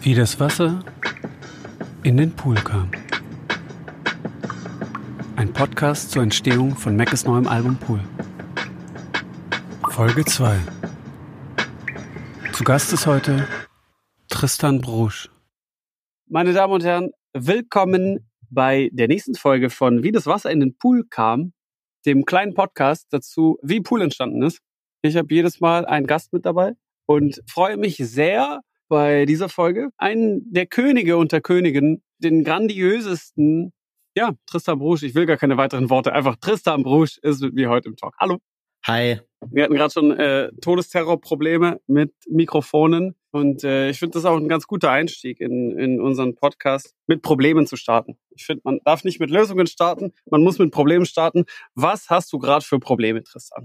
Wie das Wasser in den Pool kam. Ein Podcast zur Entstehung von Meckes neuem Album Pool. Folge 2. Zu Gast ist heute Tristan Brusch. Meine Damen und Herren, willkommen bei der nächsten Folge von Wie das Wasser in den Pool kam, dem kleinen Podcast dazu, wie Pool entstanden ist. Ich habe jedes Mal einen Gast mit dabei und freue mich sehr, bei dieser Folge einen der Könige unter Königen, den grandiösesten, Tristan Brusch. Ich will gar keine weiteren Worte, einfach Tristan Brusch ist mit mir heute im Talk. Hallo. Hi. Wir hatten gerade schon Todesterrorprobleme mit Mikrofonen und ich finde das auch ein ganz guter Einstieg in unseren Podcast, mit Problemen zu starten. Ich finde, man darf nicht mit Lösungen starten, man muss mit Problemen starten. Was hast du gerade für Probleme, Tristan?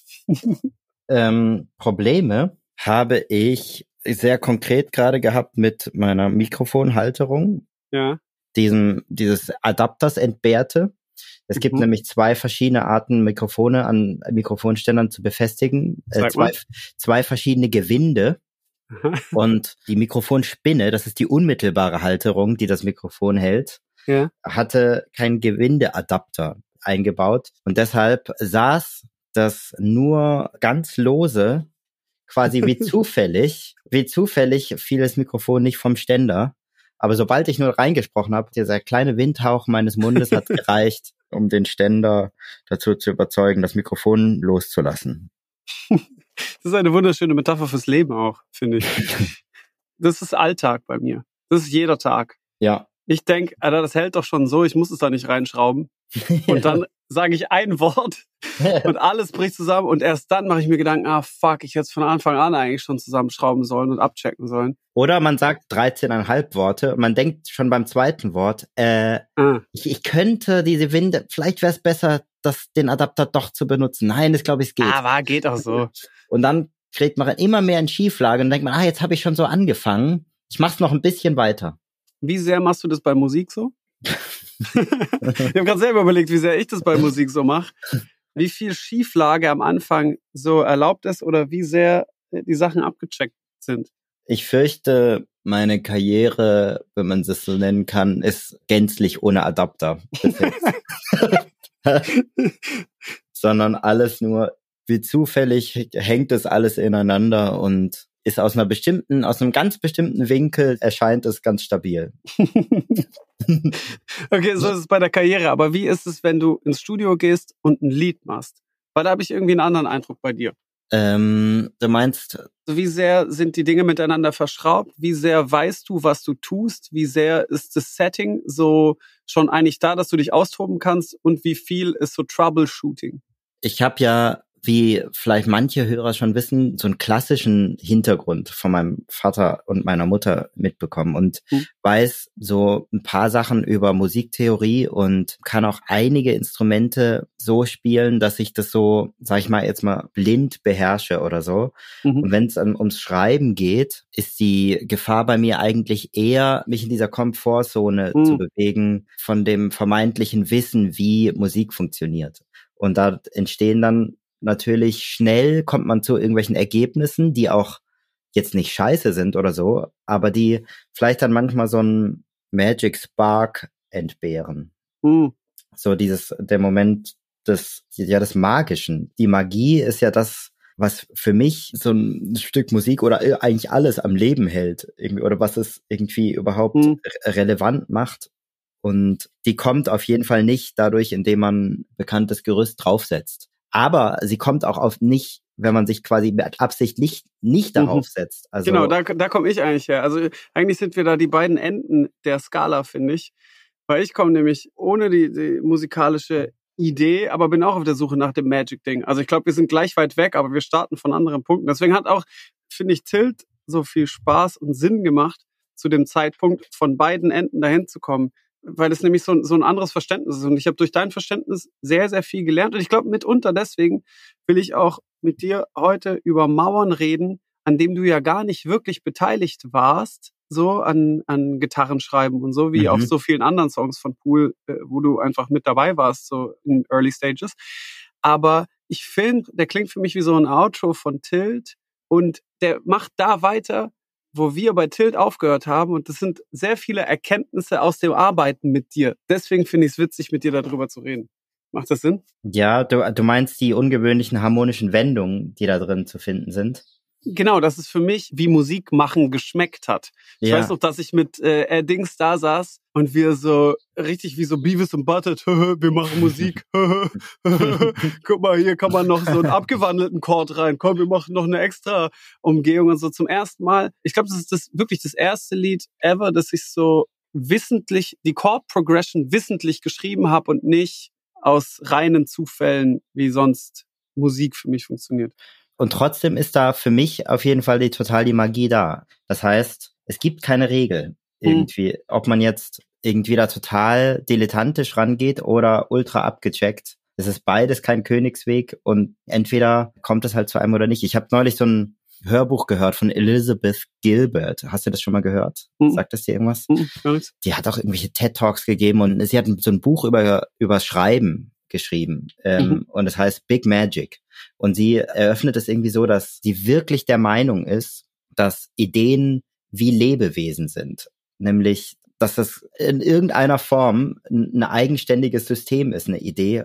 Probleme habe ich sehr konkret gerade gehabt mit meiner Mikrofonhalterung. Ja. Dieses Adapters entbehrte. Es gibt nämlich zwei verschiedene Arten, Mikrofone an Mikrofonständern zu befestigen. Zwei verschiedene Gewinde. Und die Mikrofonspinne, das ist die unmittelbare Halterung, die das Mikrofon hält, hatte keinen Gewindeadapter eingebaut. Und deshalb saß das nur ganz lose, quasi wie zufällig fiel das Mikrofon nicht vom Ständer. Aber sobald ich nur reingesprochen habe, dieser kleine Windhauch meines Mundes hat gereicht, um den Ständer dazu zu überzeugen, das Mikrofon loszulassen. Das ist eine wunderschöne Metapher fürs Leben auch, finde ich. Das ist Alltag bei mir. Das ist jeder Tag. Ja. Ich denke, Alter, das hält doch schon so, ich muss es da nicht reinschrauben. Und dann sage ich ein Wort und alles bricht zusammen und erst dann mache ich mir Gedanken, ich hätte es von Anfang an eigentlich schon zusammenschrauben sollen und abchecken sollen. Oder man sagt 13,5 Worte und man denkt schon beim zweiten Wort, ich könnte diese Winde, vielleicht wäre es besser, den Adapter doch zu benutzen. Nein, das glaube ich, es geht. Aber geht auch so. Und dann gerät man immer mehr in Schieflage und denkt man, jetzt habe ich schon so angefangen, ich mache es noch ein bisschen weiter. Wie sehr machst du das bei Musik so? Ich habe gerade selber überlegt, wie sehr ich das bei Musik so mache. Wie viel Schieflage am Anfang so erlaubt ist oder wie sehr die Sachen abgecheckt sind. Ich fürchte, meine Karriere, wenn man es so nennen kann, ist gänzlich ohne Adapter. Sondern alles nur, wie zufällig hängt es alles ineinander und ist aus einem ganz bestimmten Winkel erscheint es ganz stabil. Okay, so ist es bei der Karriere. Aber wie ist es, wenn du ins Studio gehst und ein Lied machst? Weil da habe ich irgendwie einen anderen Eindruck bei dir. Du meinst... Wie sehr sind die Dinge miteinander verschraubt? Wie sehr weißt du, was du tust? Wie sehr ist das Setting so schon eigentlich da, dass du dich austoben kannst? Und wie viel ist so Troubleshooting? Ich habe ja, wie vielleicht manche Hörer schon wissen, so einen klassischen Hintergrund von meinem Vater und meiner Mutter mitbekommen und weiß so ein paar Sachen über Musiktheorie und kann auch einige Instrumente so spielen, dass ich das so, sag ich mal, jetzt mal blind beherrsche oder so. Und wenn es ums Schreiben geht, ist die Gefahr bei mir eigentlich eher, mich in dieser Komfortzone zu bewegen von dem vermeintlichen Wissen, wie Musik funktioniert. Und da entstehen dann natürlich schnell, kommt man zu irgendwelchen Ergebnissen, die auch jetzt nicht scheiße sind oder so, aber die vielleicht dann manchmal so einen Magic Spark entbehren. So der Moment des Magischen. Die Magie ist ja das, was für mich so ein Stück Musik oder eigentlich alles am Leben hält, irgendwie, oder was es irgendwie überhaupt relevant macht. Und die kommt auf jeden Fall nicht dadurch, indem man bekanntes Gerüst draufsetzt. Aber sie kommt auch nicht, wenn man sich quasi mit Absicht nicht darauf setzt. Also genau, da komme ich eigentlich her. Also eigentlich sind wir da die beiden Enden der Skala, finde ich. Weil ich komme nämlich ohne die musikalische Idee, aber bin auch auf der Suche nach dem Magic-Ding. Also ich glaube, wir sind gleich weit weg, aber wir starten von anderen Punkten. Deswegen hat auch, finde ich, Tilt so viel Spaß und Sinn gemacht, zu dem Zeitpunkt von beiden Enden dahin zu kommen. Weil es nämlich so ein anderes Verständnis ist. Und ich habe durch dein Verständnis sehr, sehr viel gelernt. Und ich glaube, mitunter deswegen will ich auch mit dir heute über Mauern reden, an dem du ja gar nicht wirklich beteiligt warst, so an Gitarrenschreiben und so, wie auf so vielen anderen Songs von Pool, wo du einfach mit dabei warst, so in Early Stages. Aber ich finde, der klingt für mich wie so ein Outro von Tilt und der macht da weiter, wo wir bei Tilt aufgehört haben und das sind sehr viele Erkenntnisse aus dem Arbeiten mit dir. Deswegen finde ich es witzig, mit dir darüber zu reden. Macht das Sinn? Ja, du meinst die ungewöhnlichen harmonischen Wendungen, die da drin zu finden sind? Genau, das ist für mich, wie Musik machen geschmeckt hat. Ich weiß noch, dass ich mit Dings da saß und wir so richtig wie so Beavis und Butthead, wir machen Musik. Guck mal, hier kann man noch so einen abgewandelten Chord rein. Komm, wir machen noch eine extra Umgehung und so zum ersten Mal. Ich glaube, das ist wirklich das erste Lied ever, dass ich so wissentlich, die Chord Progression wissentlich geschrieben habe und nicht aus reinen Zufällen, wie sonst Musik für mich funktioniert. Und trotzdem ist da für mich auf jeden Fall die Magie da. Das heißt, es gibt keine Regel irgendwie, ob man jetzt irgendwie da total dilettantisch rangeht oder ultra abgecheckt. Es ist beides kein Königsweg und entweder kommt es halt zu einem oder nicht. Ich habe neulich so ein Hörbuch gehört von Elizabeth Gilbert. Hast du das schon mal gehört? Sagt das dir irgendwas? Die hat auch irgendwelche TED-Talks gegeben und sie hat so ein Buch über Schreiben geschrieben und es heißt Big Magic und sie eröffnet es irgendwie so, dass sie wirklich der Meinung ist, dass Ideen wie Lebewesen sind, nämlich dass das in irgendeiner Form ein eigenständiges System ist, eine Idee,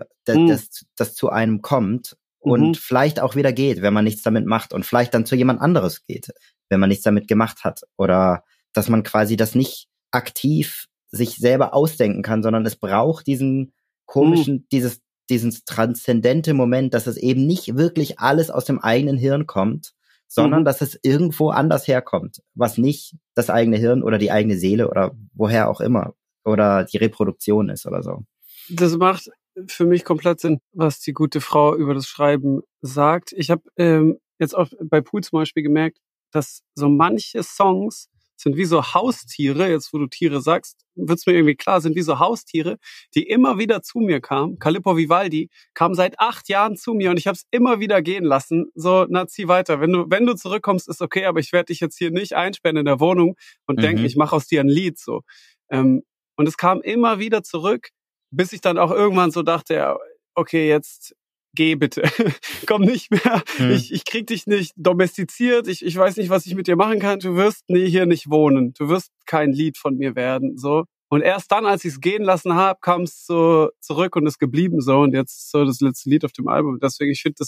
das zu einem kommt und vielleicht auch wieder geht, wenn man nichts damit macht und vielleicht dann zu jemand anderes geht, wenn man nichts damit gemacht hat oder dass man quasi das nicht aktiv sich selber ausdenken kann, sondern es braucht diesen komischen, dieses transzendente Moment, dass es eben nicht wirklich alles aus dem eigenen Hirn kommt, sondern dass es irgendwo anders herkommt, was nicht das eigene Hirn oder die eigene Seele oder woher auch immer oder die Reproduktion ist oder so. Das macht für mich komplett Sinn, was die gute Frau über das Schreiben sagt. Ich habe jetzt auch bei Pool zum Beispiel gemerkt, dass so manche Songs sind wie so Haustiere, jetzt wo du Tiere sagst, wird's mir irgendwie klar, sind wie so Haustiere, die immer wieder zu mir kamen. Calippo Vivaldi kam seit 8 Jahren zu mir und ich habe es immer wieder gehen lassen. So, na, zieh weiter. Wenn du zurückkommst, ist okay, aber ich werde dich jetzt hier nicht einsperren in der Wohnung und denken, ich mache aus dir ein Lied. So. Und es kam immer wieder zurück, bis ich dann auch irgendwann so dachte, ja, okay, jetzt geh bitte, komm nicht mehr, ich krieg dich nicht domestiziert, ich weiß nicht, was ich mit dir machen kann, du wirst hier nicht wohnen, du wirst kein Lied von mir werden, so. Und erst dann, als ich es gehen lassen habe, kam es so zurück und ist geblieben so und jetzt ist so das letzte Lied auf dem Album. Deswegen, ich finde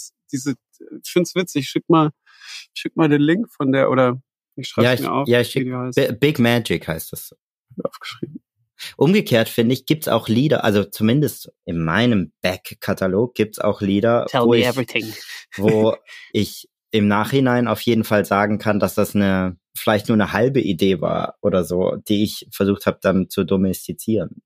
ich finde es witzig, schick mal den Link von der, oder ich schreibe es mir auf. Ja, ich schick, Big Magic heißt das. Aufgeschrieben. Umgekehrt, finde ich, gibt's auch Lieder, also zumindest in meinem Back-Katalog gibt's auch Lieder, wo ich im Nachhinein auf jeden Fall sagen kann, dass das vielleicht nur eine halbe Idee war oder so, die ich versucht habe dann zu domestizieren.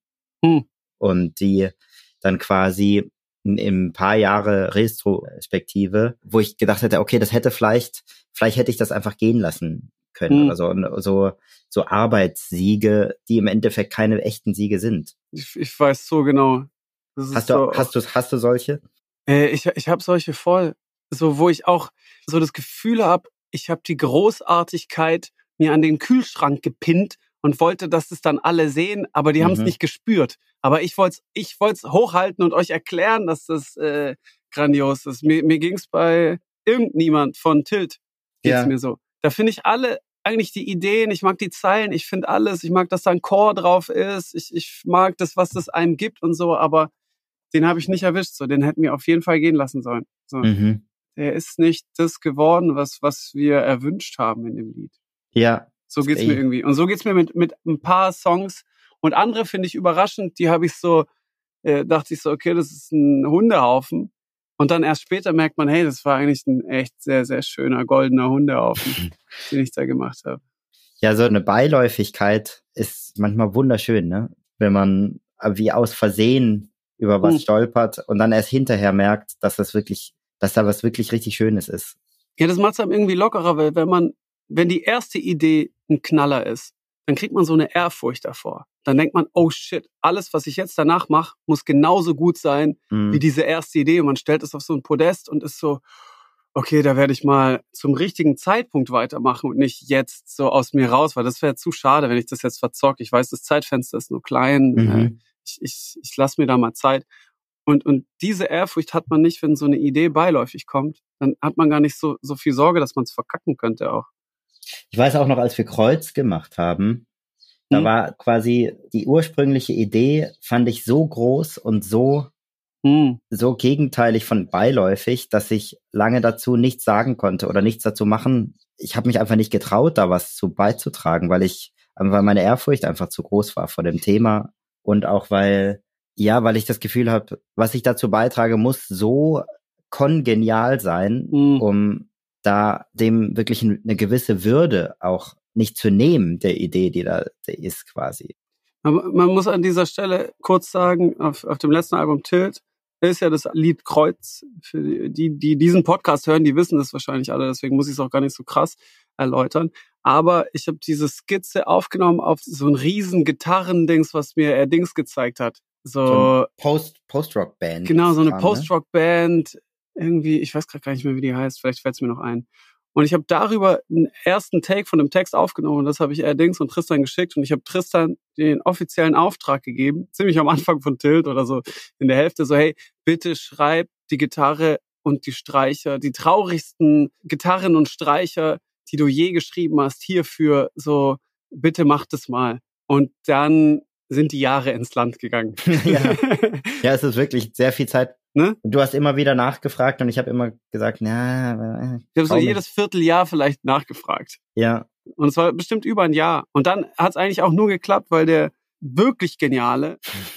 Und die dann quasi in ein paar Jahre Retrospektive, wo ich gedacht hätte, okay, das hätte vielleicht hätte ich das einfach gehen lassen können oder so. Und so Arbeitssiege, die im Endeffekt keine echten Siege sind. Ich weiß so genau. Hast du solche? Ich habe solche voll. So, wo ich auch so das Gefühl habe, ich habe die Großartigkeit mir an den Kühlschrank gepinnt und wollte, dass es dann alle sehen, aber die haben es nicht gespürt. Aber ich wollte es hochhalten und euch erklären, dass das grandios ist. Mir ging's bei irgendjemand von Tilt, geht's mir so. Da finde ich eigentlich die Ideen, ich mag die Zeilen, ich finde alles, ich mag, dass da ein Chor drauf ist, ich mag das, was das einem gibt und so, aber den habe ich nicht erwischt, so, den hätten wir auf jeden Fall gehen lassen sollen. So. Der ist nicht das geworden, was wir erwünscht haben in dem Lied. Ja. So geht's mir irgendwie. Und so geht's mir mit ein paar Songs und andere finde ich überraschend, die habe ich so, dachte ich so, okay, das ist ein Hundehaufen. Und dann erst später merkt man, hey, das war eigentlich ein echt sehr, sehr schöner, goldener Hundehaufen, den ich da gemacht habe. Ja, so eine Beiläufigkeit ist manchmal wunderschön, ne? Wenn man wie aus Versehen über was stolpert und dann erst hinterher merkt, dass da was wirklich richtig Schönes ist. Ja, das macht es einem irgendwie lockerer, weil wenn die erste Idee ein Knaller ist, dann kriegt man so eine Ehrfurcht davor. Dann denkt man, oh shit, alles, was ich jetzt danach mache, muss genauso gut sein wie diese erste Idee. Und man stellt es auf so ein Podest und ist so, okay, da werde ich mal zum richtigen Zeitpunkt weitermachen und nicht jetzt so aus mir raus, weil das wäre zu schade, wenn ich das jetzt verzocke. Ich weiß, das Zeitfenster ist nur klein. Ich lasse mir da mal Zeit. Und diese Ehrfurcht hat man nicht, wenn so eine Idee beiläufig kommt. Dann hat man gar nicht so viel Sorge, dass man es verkacken könnte auch. Ich weiß auch noch, als wir Kreuz gemacht haben, da war quasi die ursprüngliche Idee, fand ich so groß und so gegenteilig von beiläufig, dass ich lange dazu nichts sagen konnte oder nichts dazu machen. Ich habe mich einfach nicht getraut, da was zu beizutragen, weil meine Ehrfurcht einfach zu groß war vor dem Thema und auch weil ich das Gefühl habe, was ich dazu beitrage, muss so kongenial sein, um da dem wirklich eine gewisse Würde auch nicht zu nehmen, der Idee, die da ist quasi. Man muss an dieser Stelle kurz sagen, auf dem letzten Album Tilt ist ja das Lied Kreuz. Für die diesen Podcast hören, die wissen das wahrscheinlich alle, deswegen muss ich es auch gar nicht so krass erläutern. Aber ich habe diese Skizze aufgenommen auf so ein riesen Gitarrendings, was mir Dings gezeigt hat. So Post-Rock-Band. Genau, so eine Post-Rock-Band. Irgendwie, ich weiß gerade gar nicht mehr, wie die heißt. Vielleicht fällt es mir noch ein. Und ich habe darüber einen ersten Take von dem Text aufgenommen und das habe ich Dings und Tristan geschickt und ich habe Tristan den offiziellen Auftrag gegeben, ziemlich am Anfang von Tilt oder so in der Hälfte, so hey, bitte schreib die Gitarre und die Streicher, die traurigsten Gitarren und Streicher, die du je geschrieben hast, hierfür, so bitte mach das mal. Und dann sind die Jahre ins Land gegangen. Ja, es ist wirklich sehr viel Zeit. Ne? Du hast immer wieder nachgefragt und ich habe immer gesagt, ich habe so jedes Vierteljahr vielleicht nachgefragt. Ja. Und es war bestimmt über ein Jahr. Und dann hat es eigentlich auch nur geklappt, weil der wirklich geniale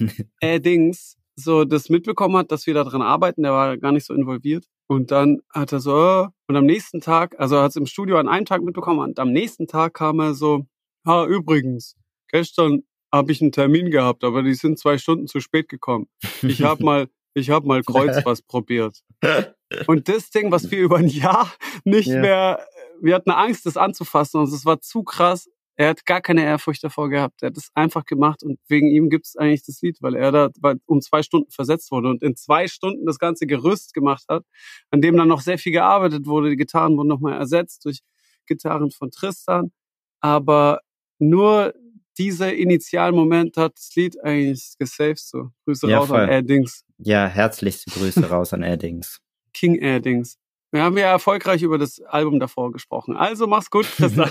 Dings so das mitbekommen hat, dass wir da dran arbeiten. Der war gar nicht so involviert. Und dann hat er so, und am nächsten Tag, also er hat es im Studio an einem Tag mitbekommen, und am nächsten Tag kam er so, übrigens, gestern habe ich einen Termin gehabt, aber die sind 2 Stunden zu spät gekommen. Ich habe mal Kreuz was probiert. Und das Ding, was wir über ein Jahr nicht mehr, wir hatten Angst, das anzufassen und es war zu krass. Er hat gar keine Ehrfurcht davor gehabt. Er hat das einfach gemacht und wegen ihm gibt es eigentlich das Lied, weil er da um 2 Stunden versetzt wurde und in 2 Stunden das ganze Gerüst gemacht hat, an dem dann noch sehr viel gearbeitet wurde. Die Gitarren wurden nochmal ersetzt durch Gitarren von Tristan. Aber nur dieser Initialmoment hat das Lied eigentlich gesaved. So. Grüße raus an Air-Dings. Ja, herzlichste Grüße raus an Air-Dings. King Air-Dings. Wir haben ja erfolgreich über das Album davor gesprochen. Also mach's gut, Tristan.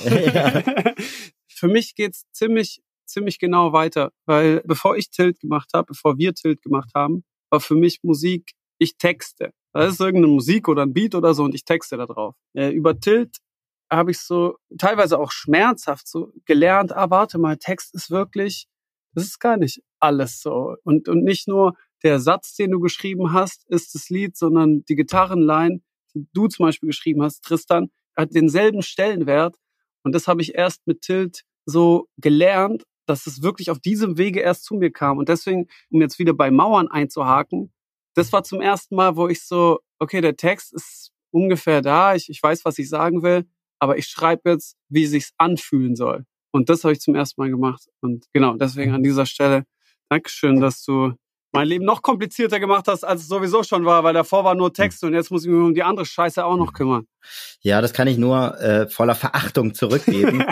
Für mich geht's ziemlich genau weiter, weil bevor wir Tilt gemacht haben, war für mich Musik, ich texte. Das ist irgendeine Musik oder ein Beat oder so und ich texte da drauf. Über Tilt habe ich so teilweise auch schmerzhaft so gelernt, warte mal, Text ist wirklich, das ist gar nicht alles so. Und nicht nur der Satz, den du geschrieben hast, ist das Lied, sondern die Gitarrenline, die du zum Beispiel geschrieben hast, Tristan, hat denselben Stellenwert. Und das habe ich erst mit Tilt so gelernt, dass es wirklich auf diesem Wege erst zu mir kam. Und deswegen, um jetzt wieder bei Mauern einzuhaken, das war zum ersten Mal, wo ich so, okay, der Text ist ungefähr da, ich weiß, was ich sagen will, aber ich schreibe jetzt, wie es sich anfühlen soll. Und das habe ich zum ersten Mal gemacht. Und genau, deswegen an dieser Stelle Dankeschön, dass du mein Leben noch komplizierter gemacht hast, als es sowieso schon war, weil davor war nur Text und jetzt muss ich mich um die andere Scheiße auch noch kümmern. Ja, das kann ich nur voller Verachtung zurückgeben.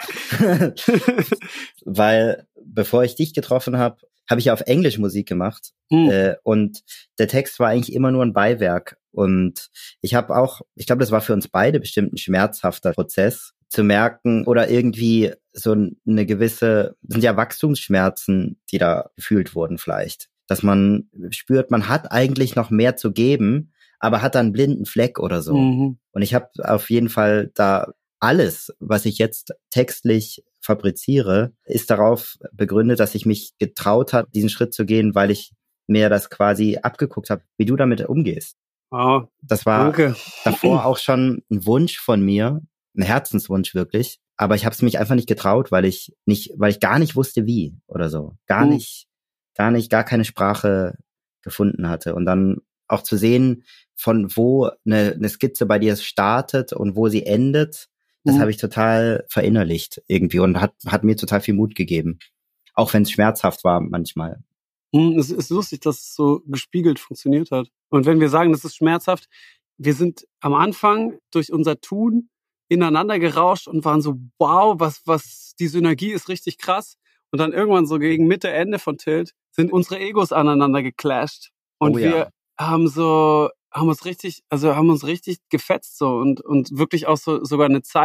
Weil bevor ich dich getroffen habe, habe ich auf Englisch Musik gemacht. Und der Text war eigentlich immer nur ein Beiwerk. Und ich glaube, das war für uns beide bestimmt ein schmerzhafter Prozess, zu merken oder irgendwie so eine gewisse, sind ja Wachstumsschmerzen, die da gefühlt wurden vielleicht. Dass man spürt, man hat eigentlich noch mehr zu geben, aber hat da einen blinden Fleck oder so. Mhm. Und ich habe auf jeden Fall da alles, was ich jetzt textlich fabriziere, ist darauf begründet, dass ich mich getraut habe, diesen Schritt zu gehen, weil ich mir das quasi abgeguckt habe, wie du damit umgehst. Oh, das war davor auch schon ein Wunsch von mir, ein Herzenswunsch wirklich, aber ich habe es mich einfach nicht getraut, weil ich gar nicht wusste, wie oder so. Gar keine Sprache gefunden hatte. Und dann auch zu sehen, von wo eine Skizze bei dir startet und wo sie endet, das habe ich total verinnerlicht irgendwie und hat mir total viel Mut gegeben. Auch wenn es schmerzhaft war manchmal. Es ist lustig, dass es so gespiegelt funktioniert hat. Und wenn wir sagen, das ist schmerzhaft, wir sind am Anfang durch unser Tun ineinander gerauscht und waren so, wow, was die Synergie ist richtig krass. Und dann irgendwann so gegen Mitte, Ende von Tilt sind unsere Egos aneinander geclasht. Und wir haben uns richtig gefetzt so und wirklich auch so sogar eine Zeit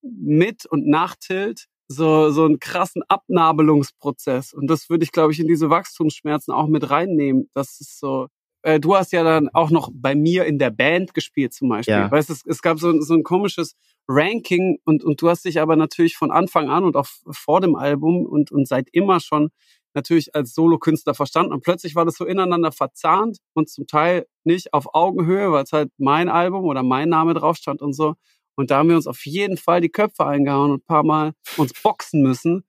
mit und nach Tilt so einen krassen Abnabelungsprozess. Und das würde ich, glaube ich, in diese Wachstumsschmerzen auch mit reinnehmen. Das ist so. Du hast ja dann auch noch bei mir in der Band gespielt zum Beispiel. Ja. Weißt du, es gab so ein komisches Ranking und du hast dich aber natürlich von Anfang an und auch vor dem Album und seit immer schon natürlich als Solokünstler verstanden. Und plötzlich war das so ineinander verzahnt und zum Teil nicht auf Augenhöhe, weil es halt mein Album oder mein Name drauf stand und so. Und da haben wir uns auf jeden Fall die Köpfe eingehauen und ein paar Mal uns boxen müssen,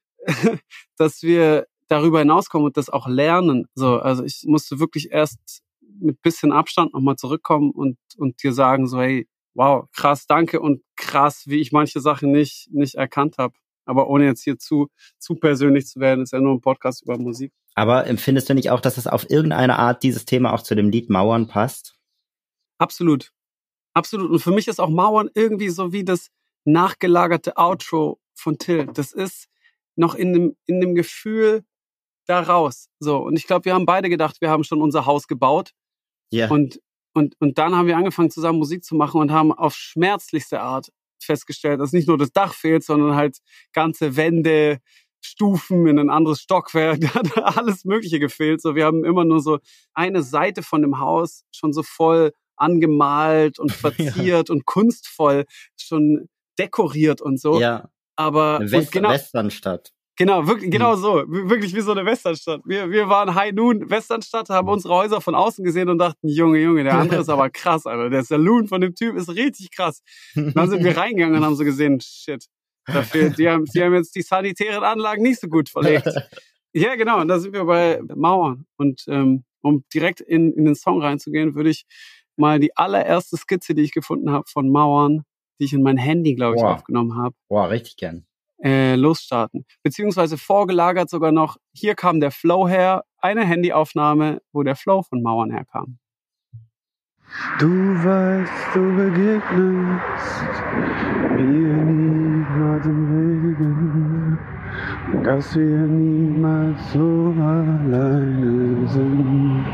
dass wir darüber hinauskommen und das auch lernen. So, also ich musste wirklich erst mit bisschen Abstand nochmal zurückkommen und dir sagen so, hey, wow, krass, danke und krass, wie ich manche Sachen nicht erkannt habe. Aber ohne jetzt hier zu persönlich zu werden, ist ja nur ein Podcast über Musik. Aber empfindest du nicht auch, dass es auf irgendeine Art dieses Thema auch zu dem Lied Mauern passt? Absolut. Absolut. Und für mich ist auch Mauern irgendwie so wie das nachgelagerte Outro von Till. Das ist noch in dem Gefühl da raus. So. Und ich glaube, wir haben beide gedacht, wir haben schon unser Haus gebaut. Ja. Und dann haben wir angefangen, zusammen Musik zu machen und haben auf schmerzlichste Art festgestellt, dass nicht nur das Dach fehlt, sondern halt ganze Wände, Stufen in ein anderes Stockwerk, da hat alles Mögliche gefehlt. So, wir haben immer nur so eine Seite von dem Haus schon so voll angemalt und verziert und kunstvoll schon dekoriert und so. Ja. Aber Eine Westernstadt. Genau, wirklich, genau so. Wirklich wie so eine Westernstadt. Wir waren High Noon Westernstadt, haben unsere Häuser von außen gesehen und dachten, Junge, der andere ist aber krass, Alter. Der Saloon von dem Typ ist richtig krass. Und dann sind wir reingegangen und haben so gesehen, shit, da fehlt, die haben jetzt die sanitären Anlagen nicht so gut verlegt. Ja, genau, und da sind wir bei Mauern. Und um direkt in den Song reinzugehen, würde ich mal die allererste Skizze, die ich gefunden habe von Mauern, die ich in mein Handy, glaube ich, aufgenommen habe. Boah, richtig gern. Losstarten. Beziehungsweise vorgelagert sogar noch, hier kam der Flow her, eine Handyaufnahme, wo der Flow von Mauern herkam. Du weißt, du begegnest mir niemals im Regen, dass wir niemals so alleine sind.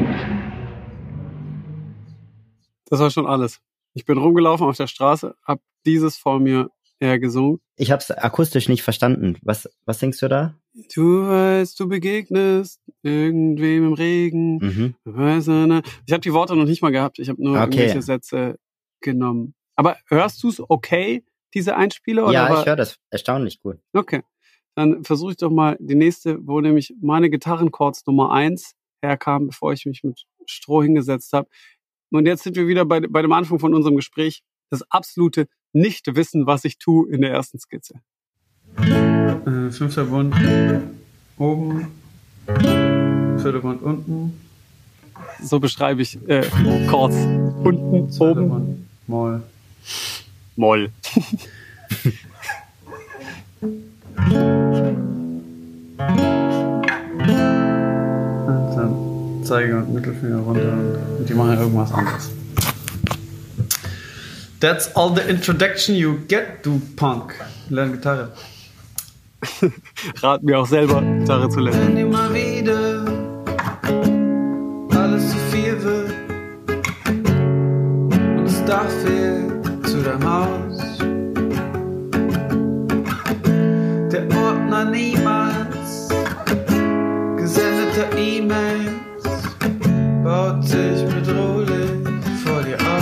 Das war schon alles. Ich bin rumgelaufen auf der Straße, hab dieses vor mir gesungen. Ich hab's akustisch nicht verstanden. Was singst du da? Du weißt, du begegnest irgendwem im Regen. Mhm. Ich habe die Worte noch nicht mal gehabt. Ich habe nur irgendwelche Sätze genommen. Aber hörst du es okay, diese Einspieler? Ja, ich höre das erstaunlich gut. Okay, dann versuche ich doch mal die nächste, wo nämlich meine Gitarrenchords Nummer 1 herkam, bevor ich mich mit Stroh hingesetzt habe. Und jetzt sind wir wieder bei dem Anfang von unserem Gespräch. Das absolute Nicht-Wissen, was ich tue in der ersten Skizze. 5. Bund oben, 4. Bund unten. So beschreibe ich Chords. Unten, oben. Bund, Moll. Moll. Und dann Zeige und Mittelfinger runter und die machen irgendwas anderes. That's all the introduction you get, du Punk. Lern Gitarre. Rat mir auch selber, Gitarre zu lernen. Wenn immer wieder alles zu viel wird und das Dach fehlt zu deinem Haus, der Ordner niemals gesendeter E-Mails baut sich bedrohlich vor dir auf.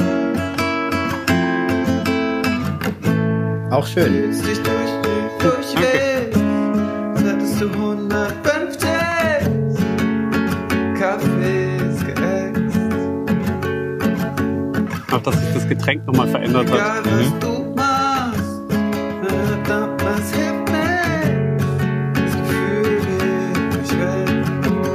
Auch schön. Dich durchweg, hättest du 150 Kaffees geäxt. Auch, dass sich das Getränk nochmal verändert hat. Egal, was du machst, was hilft mir? Das Gefühl geht nicht weg.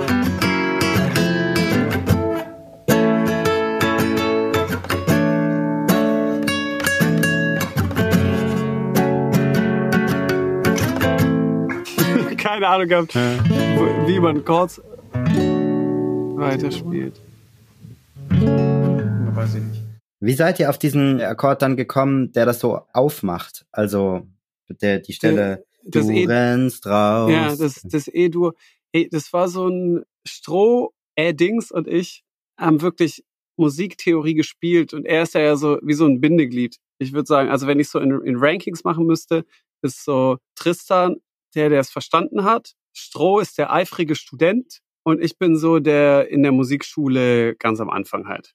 Keine Ahnung gehabt, wie man Chords weiterspielt. Weiß ich nicht. Wie seid ihr auf diesen Akkord dann gekommen, der das so aufmacht? Also die Stelle, das du rennst raus. Ja, das E-Dur. Das war so ein Stroh, Dings und ich haben wirklich Musiktheorie gespielt und er ist ja so wie so ein Bindeglied. Ich würde sagen, also wenn ich so in Rankings machen müsste, ist so Tristan der es verstanden hat, Stroh ist der eifrige Student und ich bin so der in der Musikschule ganz am Anfang halt.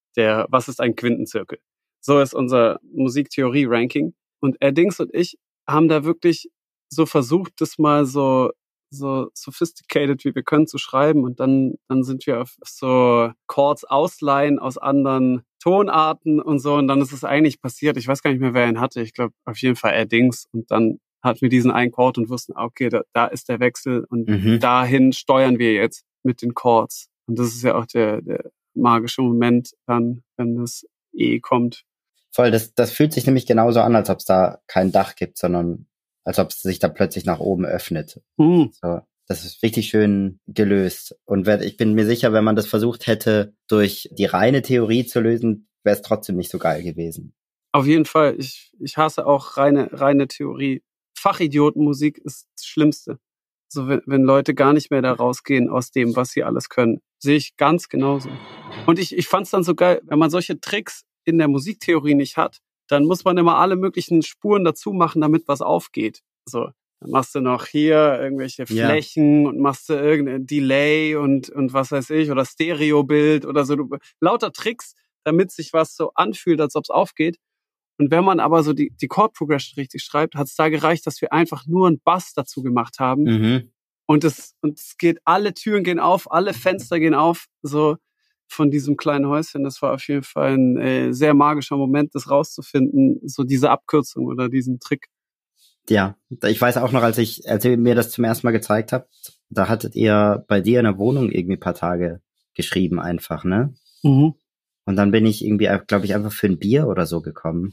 Was ist ein Quintenzirkel? So ist unser Musiktheorie-Ranking. Und Erdings und ich haben da wirklich so versucht, das mal so sophisticated, wie wir können, zu schreiben. Und dann sind wir auf so Chords ausleihen aus anderen Tonarten und so. Und dann ist es eigentlich passiert. Ich weiß gar nicht mehr, wer ihn hatte. Ich glaube, auf jeden Fall Erdings. Und dann hatten wir diesen einen Chord und wussten, okay, da ist der Wechsel. Und dahin steuern wir jetzt mit den Chords. Und das ist ja auch der magische Moment dann, wenn das E kommt. Voll, das fühlt sich nämlich genauso an, als ob es da kein Dach gibt, sondern als ob es sich da plötzlich nach oben öffnet. So, das ist richtig schön gelöst. Und ich bin mir sicher, wenn man das versucht hätte, durch die reine Theorie zu lösen, wäre es trotzdem nicht so geil gewesen. Auf jeden Fall. Ich hasse auch reine Theorie. Fachidiotenmusik ist das Schlimmste. So, wenn Leute gar nicht mehr da rausgehen aus dem, was sie alles können. Sehe ich ganz genauso. Und ich fand es dann so geil, wenn man solche Tricks in der Musiktheorie nicht hat, dann muss man immer alle möglichen Spuren dazu machen, damit was aufgeht. So, dann machst du noch hier irgendwelche Flächen und machst du irgendein Delay und was weiß ich, oder Stereobild oder so. Lauter Tricks, damit sich was so anfühlt, als ob es aufgeht. Und wenn man aber so die Chord Progression richtig schreibt, hat es da gereicht, dass wir einfach nur einen Bass dazu gemacht haben. Und es geht, alle Türen gehen auf, alle Fenster gehen auf, so von diesem kleinen Häuschen. Das war auf jeden Fall ein sehr magischer Moment, das rauszufinden, so diese Abkürzung oder diesen Trick. Ja, ich weiß auch noch, als ihr mir das zum ersten Mal gezeigt habt, da hattet ihr bei dir in der Wohnung irgendwie ein paar Tage geschrieben einfach, ne? Und dann bin ich irgendwie, glaube ich, einfach für ein Bier oder so gekommen.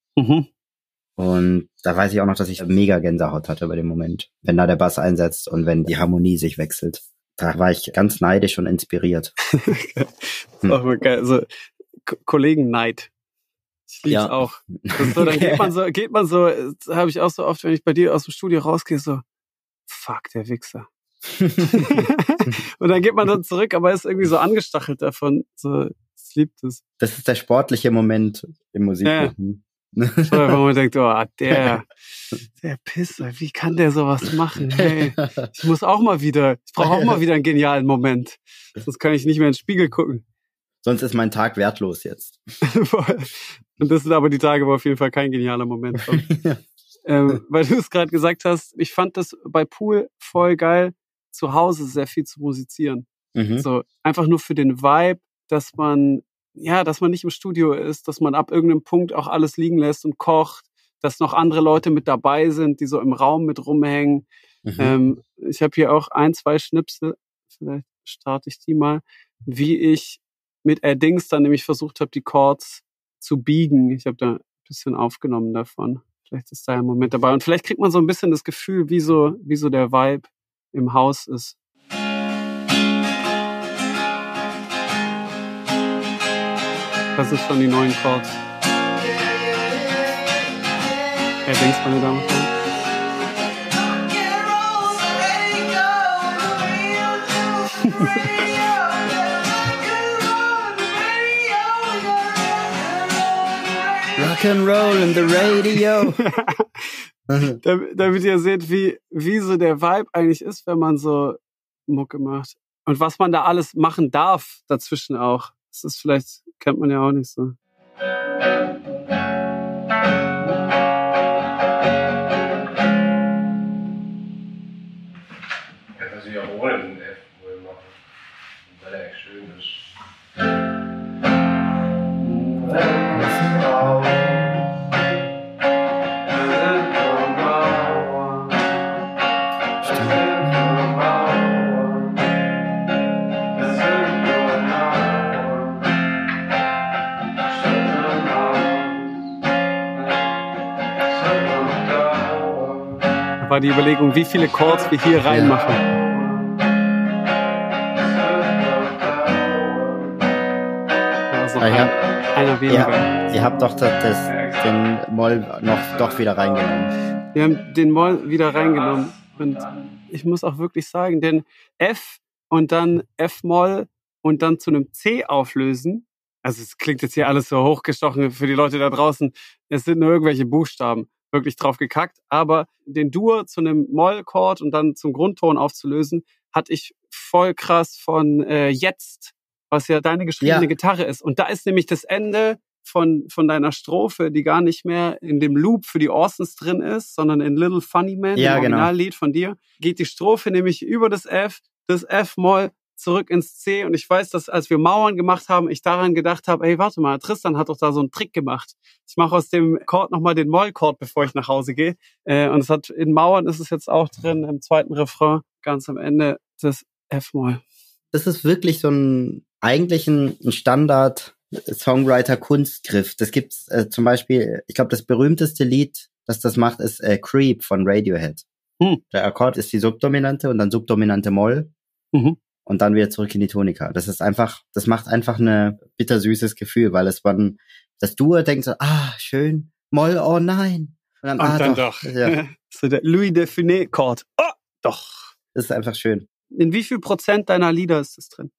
Und da weiß ich auch noch, dass ich mega Gänsehaut hatte bei dem Moment, wenn da der Bass einsetzt und wenn die Harmonie sich wechselt. Da war ich ganz neidisch und inspiriert. Das ist auch mal geil. So, Kollegenneid. Ich lieb's auch. Das ist so, dann geht man so, habe ich auch so oft, wenn ich bei dir aus dem Studio rausgehe, so, fuck, der Wichser. Und dann geht man dann zurück, aber ist irgendwie so angestachelt davon. So, ich lieb das. Das ist der sportliche Moment im Musikmachen. So, wo man denkt, oh, der Pisser, wie kann der sowas machen? Hey, ich brauche auch mal wieder einen genialen Moment. Sonst kann ich nicht mehr in den Spiegel gucken. Sonst ist mein Tag wertlos jetzt. Und das sind aber die Tage, wo auf jeden Fall kein genialer Moment kommt. Weil du es gerade gesagt hast, ich fand das bei Pool voll geil, zu Hause sehr viel zu musizieren. So einfach nur für den Vibe, dass man nicht im Studio ist, dass man ab irgendeinem Punkt auch alles liegen lässt und kocht, dass noch andere Leute mit dabei sind, die so im Raum mit rumhängen. Ich habe hier auch 1-2 Schnipsel, vielleicht starte ich die mal, wie ich mit Erdings dann nämlich versucht habe, die Chords zu biegen. Ich habe da ein bisschen aufgenommen davon. Vielleicht ist da ein Moment dabei. Und vielleicht kriegt man so ein bisschen das Gefühl, wie so der Vibe im Haus ist. Das ist schon die neuen Chords. Erdings, meine Damen und Herren. Rock'n'Roll in the radio. Damit ihr seht, wie so der Vibe eigentlich ist, wenn man so Mucke macht. Und was man da alles machen darf dazwischen auch. Das ist vielleicht, kennt man ja auch nicht so. Ja, das ist ja auch ohne den F wohl machen, weil er echt schön ist. War die Überlegung, wie viele Chords wir hier reinmachen. Also einer weniger. Ihr habt doch den Moll doch wieder reingenommen. Wir haben den Moll wieder reingenommen. Und ich muss auch wirklich sagen, den F und dann F-Moll und dann zu einem C auflösen, Also es klingt jetzt hier alles so hochgestochen für die Leute da draußen. Es sind nur irgendwelche Buchstaben, wirklich drauf gekackt. Aber den Dur zu einem Mollchord und dann zum Grundton aufzulösen, hatte ich voll krass von Jetzt, was ja deine geschriebene Gitarre ist. Und da ist nämlich das Ende von deiner Strophe, die gar nicht mehr in dem Loop für die Orsons drin ist, sondern in Little Funny Man, dem Originallied von dir, geht die Strophe nämlich über das F-Moll, zurück ins C. Und ich weiß, dass als wir Mauern gemacht haben, ich daran gedacht habe, ey, warte mal, Tristan hat doch da so einen Trick gemacht. Ich mache aus dem Chord nochmal den Moll-Chord, bevor ich nach Hause gehe. Und es hat in Mauern ist es jetzt auch drin, im zweiten Refrain, ganz am Ende, das F-Moll. Das ist wirklich so ein Standard Songwriter-Kunstgriff. Das gibt's zum Beispiel, ich glaube, das berühmteste Lied, das macht, ist Creep von Radiohead. Der Akkord ist die Subdominante und dann Subdominante Moll. Und dann wieder zurück in die Tonika. Das macht einfach eine bittersüßes Gefühl, weil das Dur denkt so, schön, Moll, oh nein. Und dann doch. Ja. So der Louis de Funès-Chord. Oh, doch. Das ist einfach schön. In wie viel Prozent deiner Lieder ist das drin?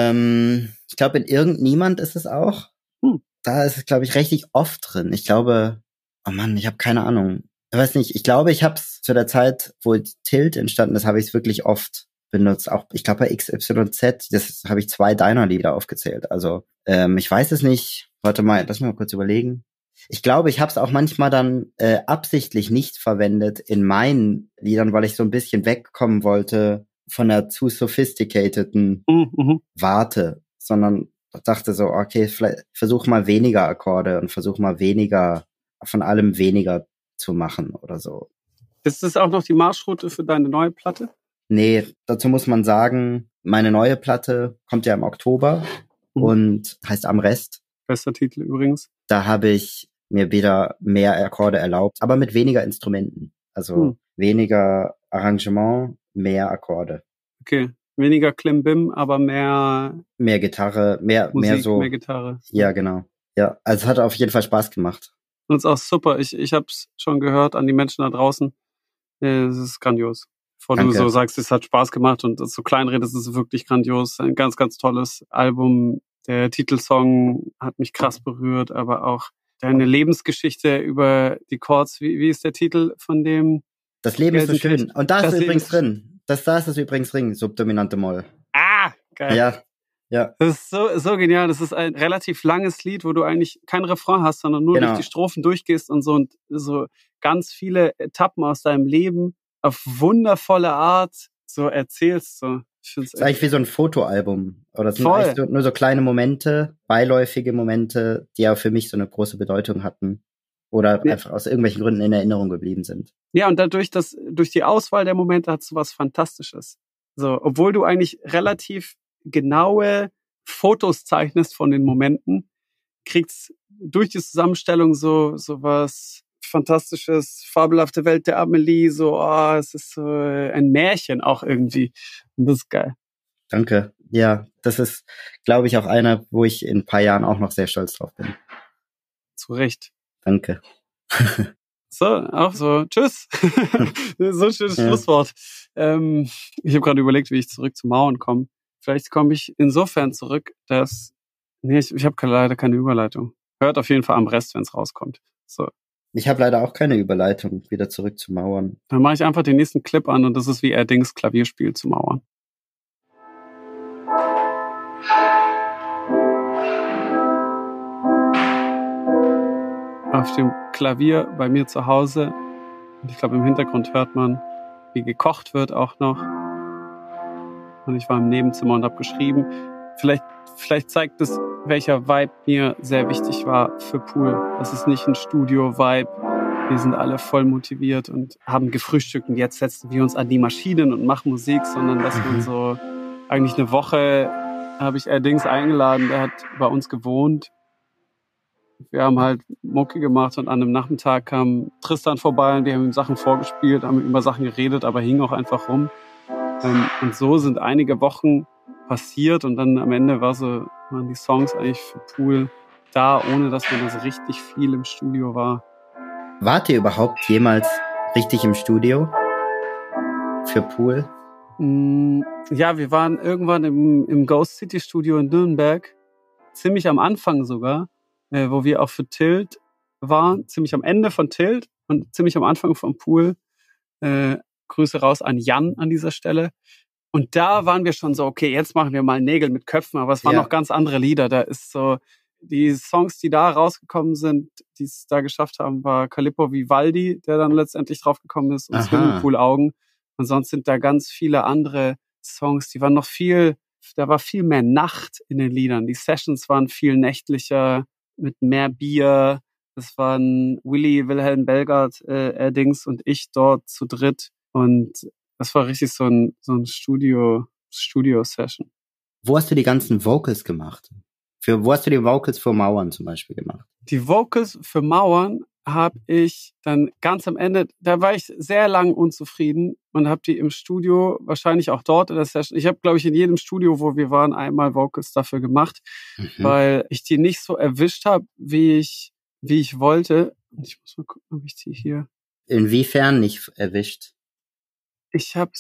Ich glaube, in Irgendniemand ist es auch. Da ist es, glaube ich, richtig oft drin. Ich glaube, oh Mann, ich habe keine Ahnung. Ich weiß nicht, ich glaube, ich habe es zu der Zeit, wo Tilt entstanden ist, habe ich es wirklich oft benutzt. Auch, ich glaube, bei XYZ, das habe ich 2 deiner Lieder aufgezählt. Also, ich weiß es nicht. Warte mal, lass mich mal kurz überlegen. Ich glaube, ich habe es auch manchmal dann absichtlich nicht verwendet in meinen Liedern, weil ich so ein bisschen wegkommen wollte von der zu sophisticateden Warte, sondern dachte so, okay, vielleicht versuch mal weniger Akkorde und versuch mal von allem weniger zu machen oder so. Ist das auch noch die Marschroute für deine neue Platte? Nee, dazu muss man sagen, meine neue Platte kommt ja im Oktober und heißt Am Rest. Bester Titel übrigens. Da habe ich mir wieder mehr Akkorde erlaubt, aber mit weniger Instrumenten. Also weniger Arrangement, mehr Akkorde. Okay, weniger Klimbim, aber mehr Gitarre, mehr Musik, mehr so. Mehr Gitarre. Ja, genau. Ja, also es hat auf jeden Fall Spaß gemacht. Und es ist auch super. Ich habe es schon gehört an die Menschen da draußen. Es ist grandios. Bevor du so sagst, es hat Spaß gemacht und so kleinredest, ist es wirklich grandios. Ein ganz, ganz tolles Album. Der Titelsong hat mich krass berührt, aber auch deine Lebensgeschichte über die Chords. Wie ist der Titel von dem? Das Leben ist so schön. Und da ist es übrigens drin. Da ist es übrigens drin, Subdominante Moll. Geil. Ja. Das ist so genial. Das ist ein relativ langes Lied, wo du eigentlich kein Refrain hast, sondern nur durch die Strophen durchgehst und so ganz viele Etappen aus deinem Leben auf wundervolle Art so erzählst. So. Das ist eigentlich wie so ein Fotoalbum. Oder es sind eigentlich nur so kleine Momente, beiläufige Momente, die ja für mich so eine große Bedeutung hatten. Oder einfach aus irgendwelchen Gründen in Erinnerung geblieben sind. Ja, und dadurch, durch die Auswahl der Momente hast du was Fantastisches. So, obwohl du eigentlich relativ genaue Fotos zeichnest von den Momenten, kriegst durch die Zusammenstellung so was Fantastisches, fabelhafte Welt der Amelie, es ist so ein Märchen auch irgendwie. Und das ist geil. Danke. Ja, das ist, glaube ich, auch einer, wo ich in ein paar Jahren auch noch sehr stolz drauf bin. Zu Recht. Danke. So, auch so, tschüss. So ein schönes Schlusswort. Ich habe gerade überlegt, wie ich zurück zu Mauern komme. Vielleicht komme ich insofern zurück, dass... Nee, ich habe leider keine Überleitung. Hört auf jeden Fall Am Rest, wenn es rauskommt. So. Ich habe leider auch keine Überleitung, wieder zurück zu Mauern. Dann mache ich einfach den nächsten Clip an und das ist, wie Dings Klavier spielt zu Mauern. Auf dem Klavier bei mir zu Hause. Und ich glaube, im Hintergrund hört man, wie gekocht wird auch noch. Und ich war im Nebenzimmer und habe geschrieben. Vielleicht zeigt es, welcher Vibe mir sehr wichtig war für Pool. Das ist nicht ein Studio-Vibe. Wir sind alle voll motiviert und haben gefrühstückt und jetzt setzen wir uns an die Maschinen und machen Musik, sondern dass man so eigentlich eine Woche habe ich Dings eingeladen, der hat bei uns gewohnt. Wir haben halt Mucke gemacht und an einem Nachmittag kam Tristan vorbei und wir haben ihm Sachen vorgespielt, haben über Sachen geredet, aber hing auch einfach rum. Und so sind einige Wochen passiert und dann am Ende waren die Songs eigentlich für Pool da, ohne dass man so richtig viel im Studio war. Wart ihr überhaupt jemals richtig im Studio für Pool? Ja, wir waren irgendwann im Ghost City Studio in Nürnberg ziemlich am Anfang sogar, wo wir auch für Tilt waren, ziemlich am Ende von Tilt und ziemlich am Anfang vom Pool. Grüße raus an Jan an dieser Stelle. Und da waren wir schon so, okay, jetzt machen wir mal Nägel mit Köpfen, aber es waren noch ganz andere Lieder. Da ist so, die Songs, die da rausgekommen sind, die es da geschafft haben, war Calippo Vivaldi, der dann letztendlich draufgekommen ist, und Swimmingpool-Augen. Und sonst sind da ganz viele andere Songs, die waren noch da war viel mehr Nacht in den Liedern. Die Sessions waren viel nächtlicher, mit mehr Bier. Das waren Willi, Wilhelm Belgard, Dings und ich dort zu dritt. Und das war richtig so ein Studio-Session. Wo hast du die ganzen Vocals gemacht? Wo hast du die Vocals für Mauern zum Beispiel gemacht? Die Vocals für Mauern habe ich dann ganz am Ende, da war ich sehr lang unzufrieden und habe die im Studio, wahrscheinlich auch dort in der Session, ich habe, glaube ich, in jedem Studio, wo wir waren, einmal Vocals dafür gemacht, weil ich die nicht so erwischt habe, wie ich wollte. Und ich muss mal gucken, ob ich die hier... Inwiefern nicht erwischt? Ich habe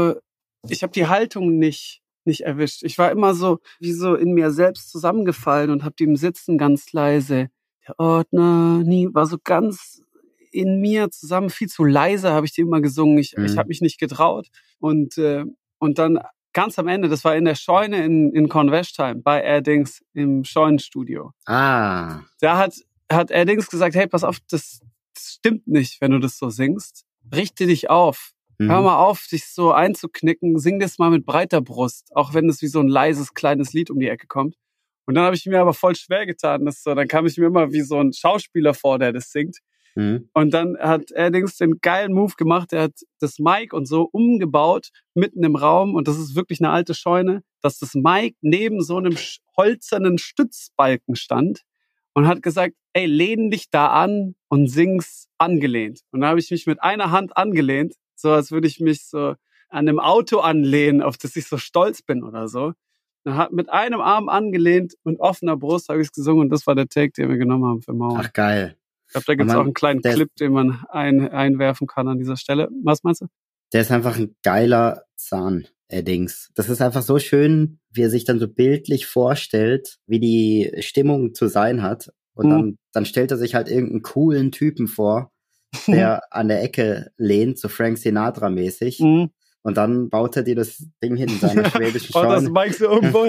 die Haltung nicht erwischt. Ich war immer so, wie so in mir selbst zusammengefallen und habe die im Sitzen ganz leise. Der Ordner war so ganz in mir zusammen, viel zu leise habe ich die immer gesungen. Ich habe mich nicht getraut. Und dann ganz am Ende, das war in der Scheune in Convesh-Time bei Erdings im Scheunenstudio. Da hat Erdings gesagt, hey, pass auf, das stimmt nicht, wenn du das so singst. Richte dich auf. Hör mal auf, dich so einzuknicken. Sing das mal mit breiter Brust, auch wenn es wie so ein leises, kleines Lied um die Ecke kommt. Und dann habe ich mir aber voll schwer getan. Dann kam ich mir immer wie so ein Schauspieler vor, der das singt. Und dann hat Erdings den geilen Move gemacht. Er hat das Mic und so umgebaut, mitten im Raum. Und das ist wirklich eine alte Scheune, dass das Mic neben so einem holzernen Stützbalken stand. Und hat gesagt, ey, lehn dich da an und sing's angelehnt. Und da habe ich mich mit einer Hand angelehnt, so als würde ich mich so an einem Auto anlehnen, auf das ich so stolz bin oder so. Dann hat mit einem Arm angelehnt und offener Brust habe ich es gesungen und das war der Take, den wir genommen haben für Mauern. Ach, geil. Ich glaube, da gibt es auch einen kleinen Clip, den man einwerfen kann an dieser Stelle. Was meinst du? Der ist einfach ein geiler Zahn, Dings. Das ist einfach so schön, wie er sich dann so bildlich vorstellt, wie die Stimmung zu sein hat. Und dann stellt er sich halt irgendeinen coolen Typen vor, der an der Ecke lehnt, so Frank Sinatra-mäßig. Und dann baut er dir das Ding hin in seiner schwäbischen Scheune. Das Mike so irgendwo.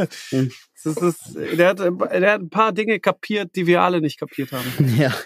Der hat ein paar Dinge kapiert, die wir alle nicht kapiert haben. Ja.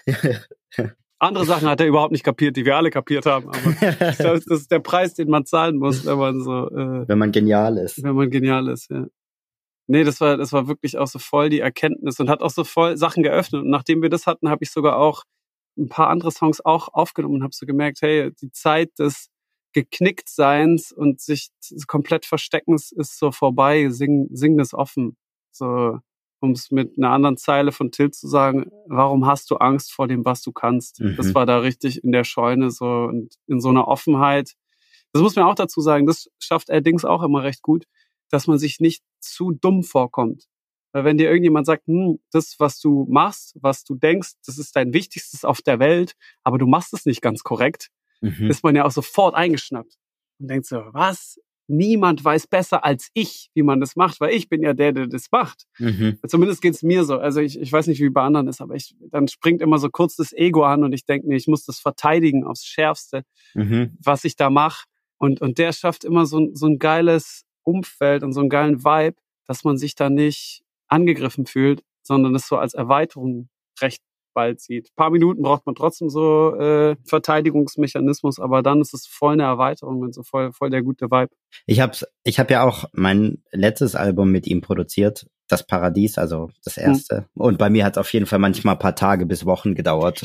Andere Sachen hat er überhaupt nicht kapiert, die wir alle kapiert haben. Aber ich glaube, das ist der Preis, den man zahlen muss, wenn man so... wenn man genial ist. Wenn man genial ist, ja. Nee, das war wirklich auch so voll die Erkenntnis und hat auch so voll Sachen geöffnet. Und nachdem wir das hatten, habe ich sogar auch ein paar andere Songs auch aufgenommen und habe so gemerkt, hey, die Zeit des Geknicktseins und sich komplett Versteckens ist so vorbei. Sing das offen. So, um es mit einer anderen Zeile von Tilt zu sagen, warum hast du Angst vor dem, was du kannst? Das war da richtig in der Scheune so und in so einer Offenheit. Das muss man auch dazu sagen, das schafft Erdings auch immer recht gut, dass man sich nicht zu dumm vorkommt. Weil wenn dir irgendjemand sagt, das, was du machst, was du denkst, das ist dein Wichtigstes auf der Welt, aber du machst es nicht ganz korrekt, ist man ja auch sofort eingeschnappt und denkt so, was? Niemand weiß besser als ich, wie man das macht, weil ich bin ja der das macht. Zumindest geht's mir so. Also ich weiß nicht, wie bei anderen ist, aber dann springt immer so kurz das Ego an und ich denke mir, ich muss das verteidigen aufs Schärfste, was ich da mache. Und der schafft immer so ein geiles Umfeld und so einen geilen Vibe, dass man sich da nicht angegriffen fühlt, sondern es so als Erweiterung recht bald sieht. Ein paar Minuten braucht man trotzdem so Verteidigungsmechanismus, aber dann ist es voll eine Erweiterung und so voll der gute Vibe. Ich hab ja auch mein letztes Album mit ihm produziert, Das Paradies, also das erste. Und bei mir hat es auf jeden Fall manchmal ein paar Tage bis Wochen gedauert,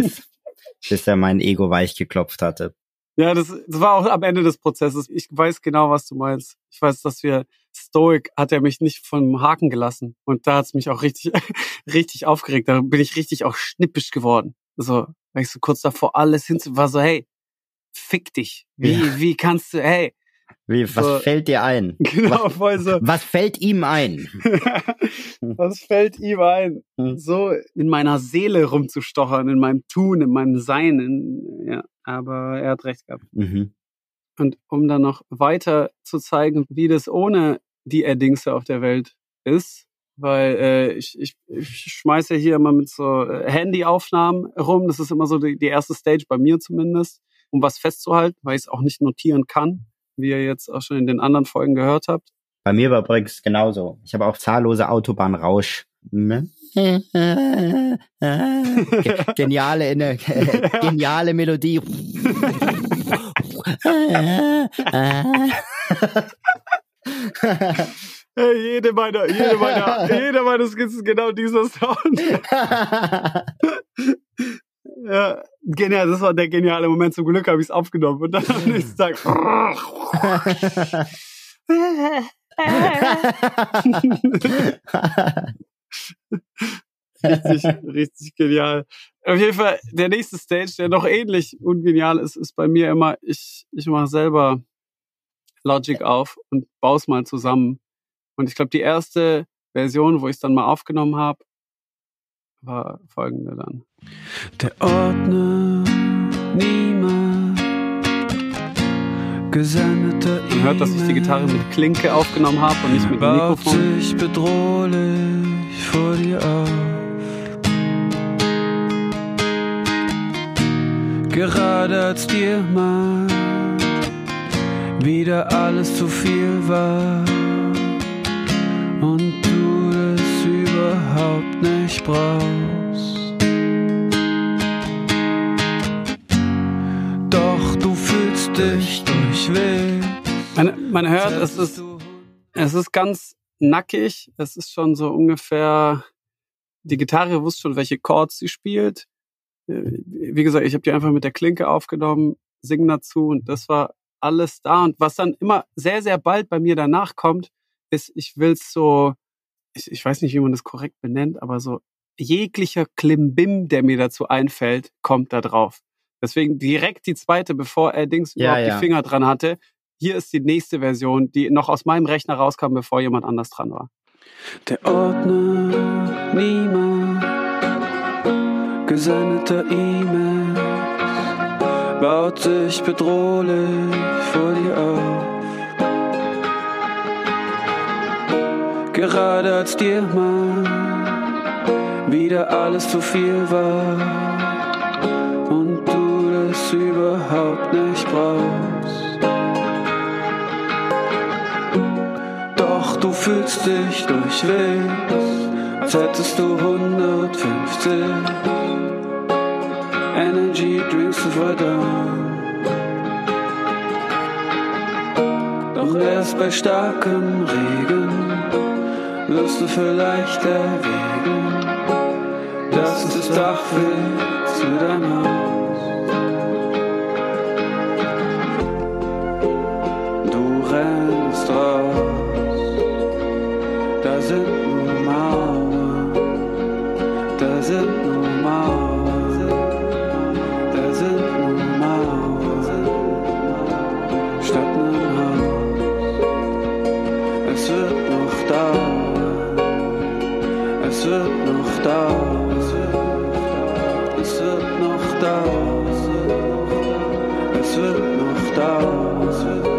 bis er mein Ego weich geklopft hatte. Ja, das war auch am Ende des Prozesses. Ich weiß genau, was du meinst. Ich weiß, dass Stoic hat er mich nicht vom Haken gelassen. Und da hat's mich auch richtig, richtig aufgeregt. Da bin ich richtig auch schnippisch geworden. So, weil ich so kurz davor alles war so, hey, fick dich. Wie kannst du, hey. Was fällt dir ein? Genau, voll so. Was fällt ihm ein? Was fällt ihm ein? So in meiner Seele rumzustochern, in meinem Tun, in meinem Sein. Ja, aber er hat recht gehabt. Und um dann noch weiter zu zeigen, wie das ohne die Erdingse auf der Welt ist, weil ich schmeiße hier immer mit so Handyaufnahmen rum. Das ist immer so die erste Stage bei mir zumindest, um was festzuhalten, weil ich es auch nicht notieren kann, wie ihr jetzt auch schon in den anderen Folgen gehört habt. Bei mir war übrigens genauso. Ich habe auch zahllose Autobahnrausch. Geniale Melodie. Hey, jede meiner Skizzen ist genau dieser Sound. Ja, genial, das war der geniale Moment. Zum Glück habe ich es aufgenommen und dann am nächsten Tag. Richtig genial. Auf jeden Fall, der nächste Stage, der noch ähnlich ungenial ist bei mir immer, ich mache selber Logic auf und baue es mal zusammen. Und ich glaube, die erste Version, wo ich es dann mal aufgenommen habe, war folgende dann. Der Ordner, niemand, gesendeter Man hört, dass ich die Gitarre mit Klinke aufgenommen habe und nicht mit dem Mikrofon. Baut sich bedrohlich vor dir auf. Gerade als dir mal wieder alles zu viel war und du es überhaupt nicht brauchst. Doch du fühlst dich durchweg. Man hört, es ist ganz nackig. Es ist schon so ungefähr, die Gitarre wusste schon, welche Chords sie spielt. Wie gesagt, ich habe die einfach mit der Klinke aufgenommen, singen dazu und das war alles da. Und was dann immer sehr, sehr bald bei mir danach kommt, ist, ich weiß nicht, wie man das korrekt benennt, aber so jeglicher Klimbim, der mir dazu einfällt, kommt da drauf. Deswegen direkt die zweite, bevor er überhaupt die Finger dran hatte. Hier ist die nächste Version, die noch aus meinem Rechner rauskam, bevor jemand anders dran war. Der Ordner, niemand, gesendeter E-Mails, baut sich bedrohlich vor dir auf. Gerade als dir mal wieder alles zu viel war und du das überhaupt nicht brauchst. Doch du fühlst dich durchwegs, als hättest du 150 Energy Drinks zu verdauen. Doch erst bei starkem Regen wirst du vielleicht erwägen, dass das Dach fehlt zu deinem Haus. Du rennst raus, da sind nur Mauern, da sind nur Mauern, da sind nur Mauern, statt einem Haus. Es wird noch dauern, es wird noch dauern, es wird noch dauern, es wird noch dauern, es wird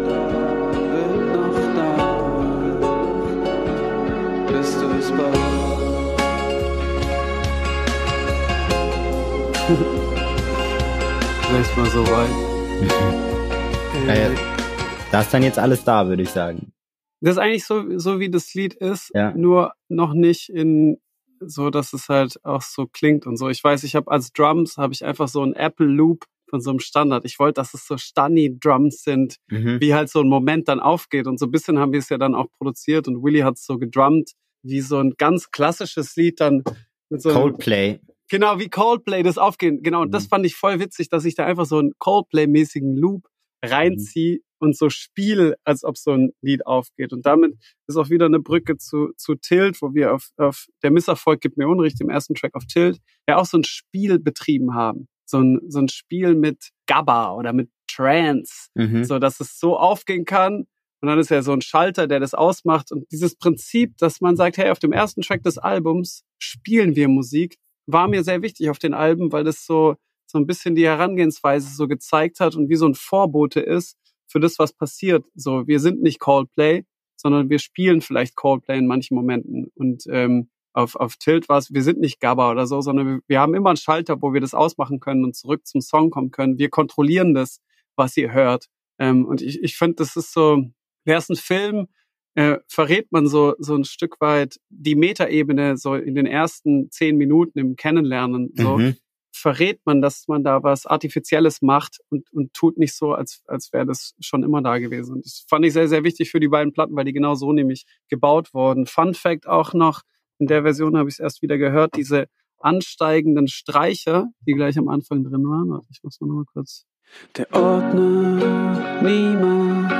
noch dauern, bis du es baust. Vielleicht mal so weit. Da ist dann jetzt alles da, würde ich sagen. Das ist eigentlich so wie das Lied ist, nur noch nicht in so, dass es halt auch so klingt und so. Ich weiß, ich habe als Drums einfach so einen Apple Loop von so einem Standard. Ich wollte, dass es so Stani-Drums sind, wie halt so ein Moment dann aufgeht. Und so ein bisschen haben wir es ja dann auch produziert und Willy hat es so gedrummt, wie so ein ganz klassisches Lied dann mit so Coldplay. Genau, wie Coldplay das aufgehen. Genau, und das fand ich voll witzig, dass ich da einfach so einen Coldplay-mäßigen Loop reinziehe und so spiele, als ob so ein Lied aufgeht. Und damit ist auch wieder eine Brücke zu Tilt, wo wir auf der Misserfolg gibt mir Unrecht, dem ersten Track auf Tilt, ja auch so ein Spiel betrieben haben. So ein Spiel mit Gabba oder mit Trance, so dass es so aufgehen kann. Und dann ist ja so ein Schalter, der das ausmacht. Und dieses Prinzip, dass man sagt, hey, auf dem ersten Track des Albums spielen wir Musik, war mir sehr wichtig auf den Alben, weil das so ein bisschen die Herangehensweise so gezeigt hat und wie so ein Vorbote ist für das, was passiert. So, wir sind nicht Coldplay, sondern wir spielen vielleicht Coldplay in manchen Momenten. Und auf Tilt war es, wir sind nicht GABA oder so, sondern wir haben immer einen Schalter, wo wir das ausmachen können und zurück zum Song kommen können. Wir kontrollieren das, was ihr hört. Und ich finde, das ist so, wäre es ein Film, verrät man so ein Stück weit die Metaebene so in den ersten 10 Minuten im Kennenlernen. So verrät man, dass man da was Artifizielles macht und tut nicht so, als wäre das schon immer da gewesen. Und das fand ich sehr, sehr wichtig für die beiden Platten, weil die genau so nämlich gebaut wurden. Fun Fact auch noch, in der Version habe ich es erst wieder gehört, diese ansteigenden Streicher, die gleich am Anfang drin waren. Warte, ich muss noch mal kurz. Der Ordner, niemand,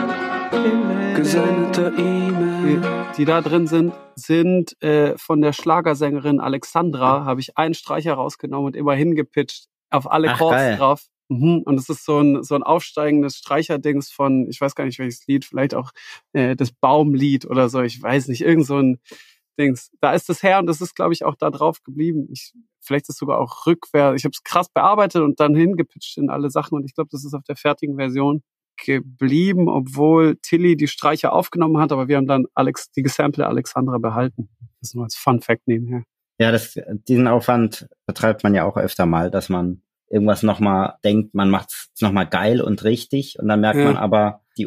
gesendete E-Mail. Die da drin sind von der Schlagersängerin Alexandra, habe ich einen Streicher rausgenommen und immer hingepitcht auf alle Chords drauf. Und es ist so ein aufsteigendes Streicherdings von, ich weiß gar nicht welches Lied, vielleicht auch das Baumlied oder so, ich weiß nicht, irgend so ein Dings. Da ist es her und das ist, glaube ich, auch da drauf geblieben. Vielleicht ist es sogar auch rückwärts. Ich habe es krass bearbeitet und dann hingepitcht in alle Sachen und ich glaube, das ist auf der fertigen Version geblieben, obwohl Tilly die Streicher aufgenommen hat, aber wir haben dann die gesampelte Alexandra behalten. Das ist nur als Fun Fact nebenher. Ja, diesen Aufwand betreibt man ja auch öfter mal, dass man irgendwas nochmal denkt, man macht es nochmal geil und richtig und dann merkt man aber die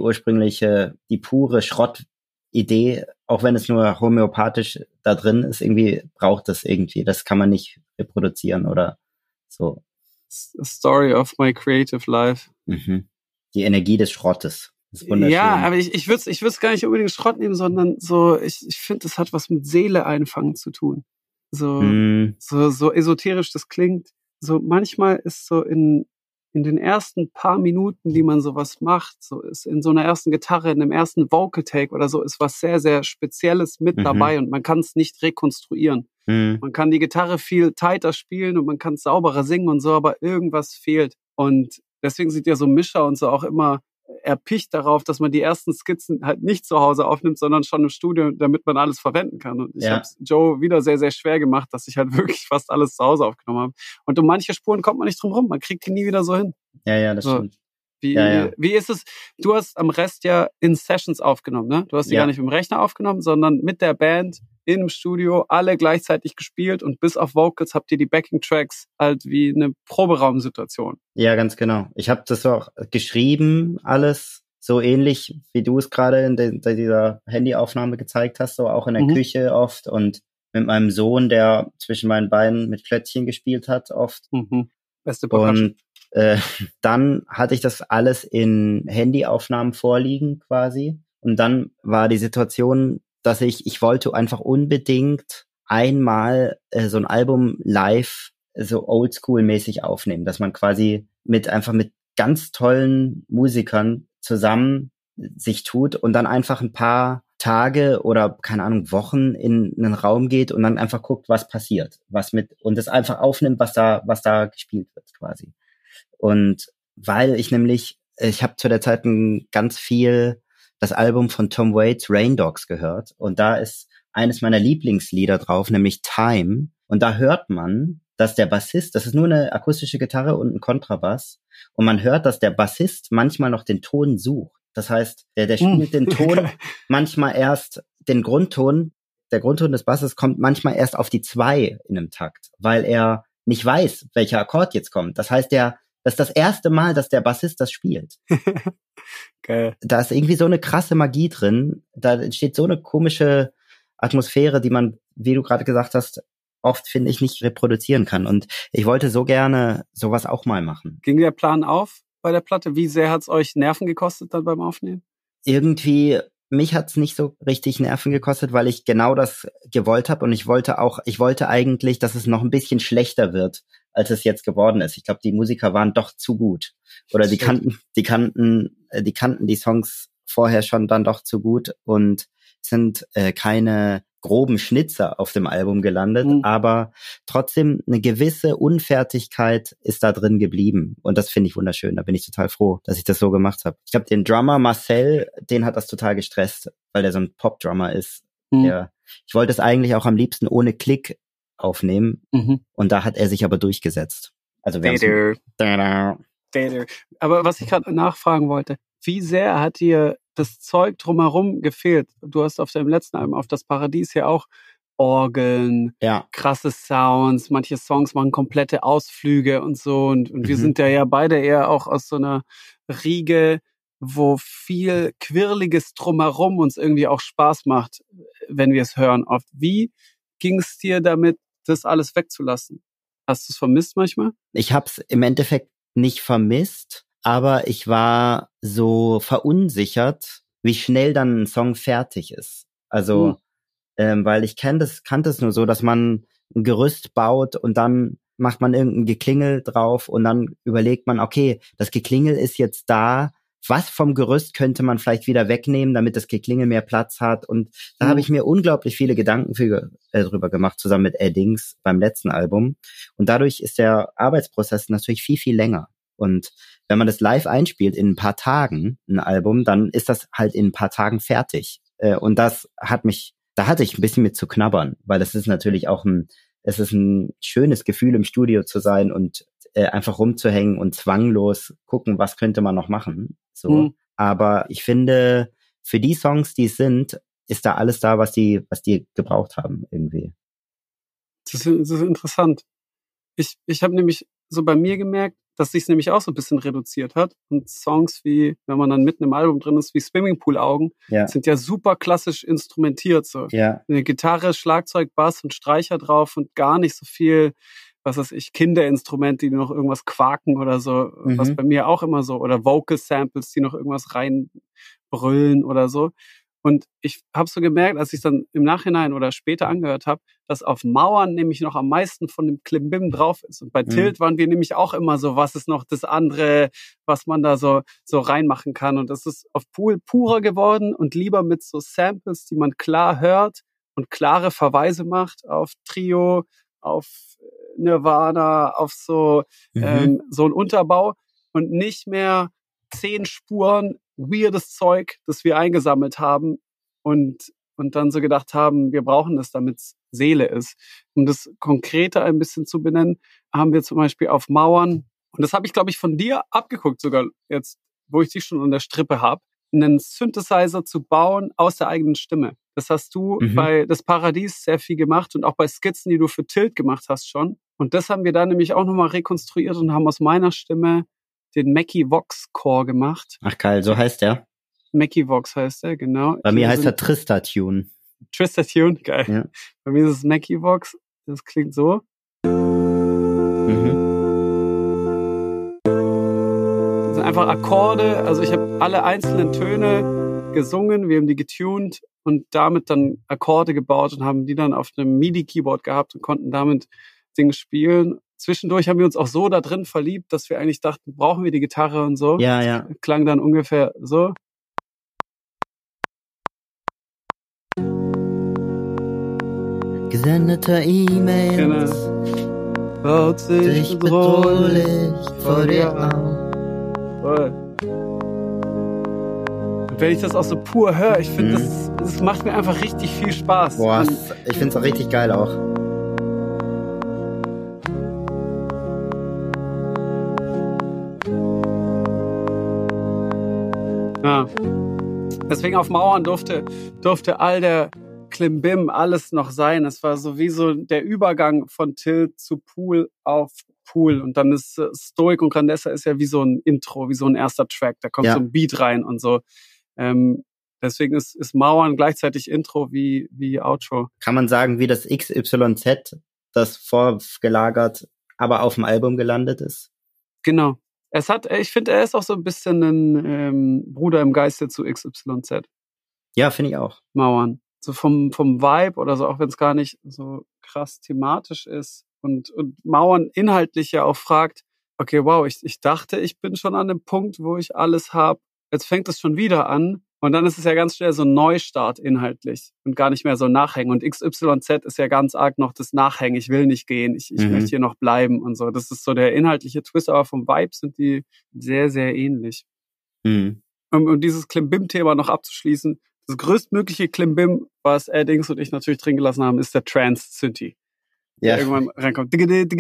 pure Schrottidee, auch wenn es nur homöopathisch da drin ist, irgendwie braucht es irgendwie. Das kann man nicht reproduzieren oder so. A story of my creative life. Die Energie des Schrottes. Das ist wunderschön. Ja, aber ich würde es gar nicht unbedingt Schrott nehmen, sondern so, ich finde, es hat was mit Seele einfangen zu tun. So esoterisch das klingt. So manchmal ist so in den ersten paar Minuten, die man sowas macht, so ist in so einer ersten Gitarre, in einem ersten Vocal Take oder so, ist was sehr, sehr Spezielles mit dabei und man kann es nicht rekonstruieren. Man kann die Gitarre viel tighter spielen und man kann es sauberer singen und so, aber irgendwas fehlt. Und deswegen sind ja so Mischer und so auch immer erpicht darauf, dass man die ersten Skizzen halt nicht zu Hause aufnimmt, sondern schon im Studio, damit man alles verwenden kann. Und ich habe es Joe wieder sehr, sehr schwer gemacht, dass ich halt wirklich fast alles zu Hause aufgenommen habe. Und um manche Spuren kommt man nicht drum rum. Man kriegt die nie wieder so hin. Ja, das stimmt. Wie ist es? Du hast am Rest ja in Sessions aufgenommen, ne? Du hast die gar nicht mit dem Rechner aufgenommen, sondern mit der Band im Studio, alle gleichzeitig gespielt und bis auf Vocals habt ihr die Backing-Tracks halt wie eine Proberaumsituation. Ja, ganz genau. Ich habe das auch geschrieben, alles so ähnlich, wie du es gerade in dieser Handyaufnahme gezeigt hast, so auch in der Küche oft und mit meinem Sohn, der zwischen meinen Beinen mit Klötzchen gespielt hat oft. Beste Percussion. Und dann hatte ich das alles in Handyaufnahmen vorliegen quasi. Und dann war die Situation, dass ich wollte einfach unbedingt einmal so ein Album live so oldschool-mäßig aufnehmen, dass man quasi mit ganz tollen Musikern zusammen sich tut und dann einfach ein paar Tage oder, keine Ahnung, Wochen in einen Raum geht und dann einfach guckt, was passiert, und es einfach aufnimmt, was da gespielt wird quasi. Und weil ich habe zu der Zeit ganz viel das Album von Tom Waits Rain Dogs gehört und da ist eines meiner Lieblingslieder drauf, nämlich Time. Und da hört man, dass der Bassist, das ist nur eine akustische Gitarre und ein Kontrabass, und man hört, dass der Bassist manchmal noch den Ton sucht. Das heißt, der spielt den Ton manchmal erst, den Grundton, der Grundton des Basses kommt manchmal erst auf die 2 in einem Takt, weil er nicht weiß, welcher Akkord jetzt kommt. Das heißt, das ist das erste Mal, dass der Bassist das spielt. Geil. Da ist irgendwie so eine krasse Magie drin. Da entsteht so eine komische Atmosphäre, die man, wie du gerade gesagt hast, oft, finde ich, nicht reproduzieren kann. Und ich wollte so gerne sowas auch mal machen. Ging der Plan auf bei der Platte? Wie sehr hat's euch Nerven gekostet dann beim Aufnehmen? Irgendwie, mich hat's nicht so richtig Nerven gekostet, weil ich genau das gewollt habe. Und ich wollte eigentlich, dass es noch ein bisschen schlechter wird, als es jetzt geworden ist. Ich glaube, die Musiker waren doch zu gut. Oder die kannten die Songs vorher schon dann doch zu gut und sind keine groben Schnitzer auf dem Album gelandet, aber trotzdem eine gewisse Unfertigkeit ist da drin geblieben. Und das finde ich wunderschön. Da bin ich total froh, dass ich das so gemacht habe. Ich glaube, den Drummer Marcel, den hat das total gestresst, weil der so ein Pop-Drummer ist. Ich wollte es eigentlich auch am liebsten ohne Klick aufnehmen. Und da hat er sich aber durchgesetzt. Also Aber was ich gerade nachfragen wollte, wie sehr hat dir das Zeug drumherum gefehlt. Du hast auf deinem letzten Album, auf das Paradies, ja auch Orgeln, krasse Sounds, manche Songs machen komplette Ausflüge und so. Und wir sind ja beide eher auch aus so einer Riege, wo viel Quirliges drumherum uns irgendwie auch Spaß macht, wenn wir es hören oft. Wie ging es dir damit, das alles wegzulassen? Hast du es vermisst manchmal? Ich habe es im Endeffekt nicht vermisst, aber ich war so verunsichert, wie schnell dann ein Song fertig ist. Also weil ich kannte es nur so, dass man ein Gerüst baut und dann macht man irgendein Geklingel drauf und dann überlegt man, okay, das Geklingel ist jetzt da, was vom Gerüst könnte man vielleicht wieder wegnehmen, damit das Geklingel mehr Platz hat, und da habe ich mir unglaublich viele Gedanken drüber gemacht, zusammen mit Eddings beim letzten Album, und dadurch ist der Arbeitsprozess natürlich viel, viel länger. Und wenn man das live einspielt in ein paar Tagen, ein Album, dann ist das halt in ein paar Tagen fertig. Und da hatte ich ein bisschen mit zu knabbern, weil es ist natürlich auch es ist ein schönes Gefühl, im Studio zu sein und einfach rumzuhängen und zwanglos gucken, was könnte man noch machen. So. Aber ich finde, für die Songs, die es sind, ist da alles da, was die gebraucht haben irgendwie. Das ist interessant. Ich habe nämlich so bei mir gemerkt, dass sich es nämlich auch so ein bisschen reduziert hat. Und Songs wie, wenn man dann mitten im Album drin ist, wie Swimmingpool-Augen, sind ja super klassisch instrumentiert. So. Ja. Eine Gitarre, Schlagzeug, Bass und Streicher drauf und gar nicht so viel, was weiß ich, Kinderinstrumente, die noch irgendwas quaken oder so, was bei mir auch immer so, oder Vocal-Samples, die noch irgendwas reinbrüllen oder so. Und ich habe so gemerkt, als ich es dann im Nachhinein oder später angehört habe, dass auf Mauern nämlich noch am meisten von dem Klimbim drauf ist. Und bei Tilt waren wir nämlich auch immer so, was ist noch das andere, was man da so reinmachen kann. Und das ist auf Pool purer geworden und lieber mit so Samples, die man klar hört und klare Verweise macht auf Trio, auf Nirvana, auf so ein Unterbau und nicht mehr 10 Spuren weirdes Zeug, das wir eingesammelt haben und dann so gedacht haben, wir brauchen das, damit es Seele ist. Um das konkreter ein bisschen zu benennen, haben wir zum Beispiel auf Mauern, und das habe ich, glaube ich, von dir abgeguckt sogar jetzt, wo ich dich schon an der Strippe habe, einen Synthesizer zu bauen aus der eigenen Stimme. Das hast du bei Das Paradies sehr viel gemacht und auch bei Skizzen, die du für Tilt gemacht hast schon. Und das haben wir da nämlich auch nochmal rekonstruiert und haben aus meiner Stimme den Mackie Vox Core gemacht. Ach geil, so heißt der? Mackie Vox heißt der, genau. Bei mir heißt er Trista-Tune. Trista-Tune, geil. Ja. Bei mir ist es Mackie Vox, das klingt so. Das sind einfach Akkorde, also ich habe alle einzelnen Töne gesungen, wir haben die getuned und damit dann Akkorde gebaut und haben die dann auf einem MIDI-Keyboard gehabt und konnten damit Dinge spielen. Zwischendurch haben wir uns auch so da drin verliebt, dass wir eigentlich dachten, brauchen wir die Gitarre und so. Ja. Das klang dann ungefähr so. Gesendete E-Mails. Genau. Baut sich bedrohlich vor dir auf. Voll. Und wenn ich das auch so pur höre, ich finde, das macht mir einfach richtig viel Spaß. Boah, ich finde es auch richtig geil auch. Ja. Deswegen auf Mauern durfte all der Klimbim alles noch sein. Es war sowieso der Übergang von Tilt zu Pool auf Pool. Und dann ist Stoic und Grandessa ist ja wie so ein Intro, wie so ein erster Track. Da kommt so ein Beat rein und so. Deswegen ist Mauern gleichzeitig Intro wie Outro. Kann man sagen, wie das XYZ, das vorgelagert, aber auf dem Album gelandet ist? Genau. Ich finde, er ist auch so ein bisschen ein Bruder im Geiste zu XYZ. Ja, finde ich auch. Mauern. So vom Vibe oder so, auch wenn es gar nicht so krass thematisch ist. Und Mauern inhaltlich ja auch fragt, okay, wow, ich dachte, ich bin schon an dem Punkt, wo ich alles habe. Jetzt fängt es schon wieder an. Und dann ist es ja ganz schnell so ein Neustart inhaltlich und gar nicht mehr so Nachhängen. Und XYZ ist ja ganz arg noch das Nachhängen. Ich will nicht gehen, ich möchte hier noch bleiben und so. Das ist so der inhaltliche Twist, aber vom Vibe sind die sehr, sehr ähnlich. Um dieses Klimbim-Thema noch abzuschließen, das größtmögliche Klimbim, was Eddings und ich natürlich drin gelassen haben, ist der Trance-Synthi. Der irgendwann reinkommt.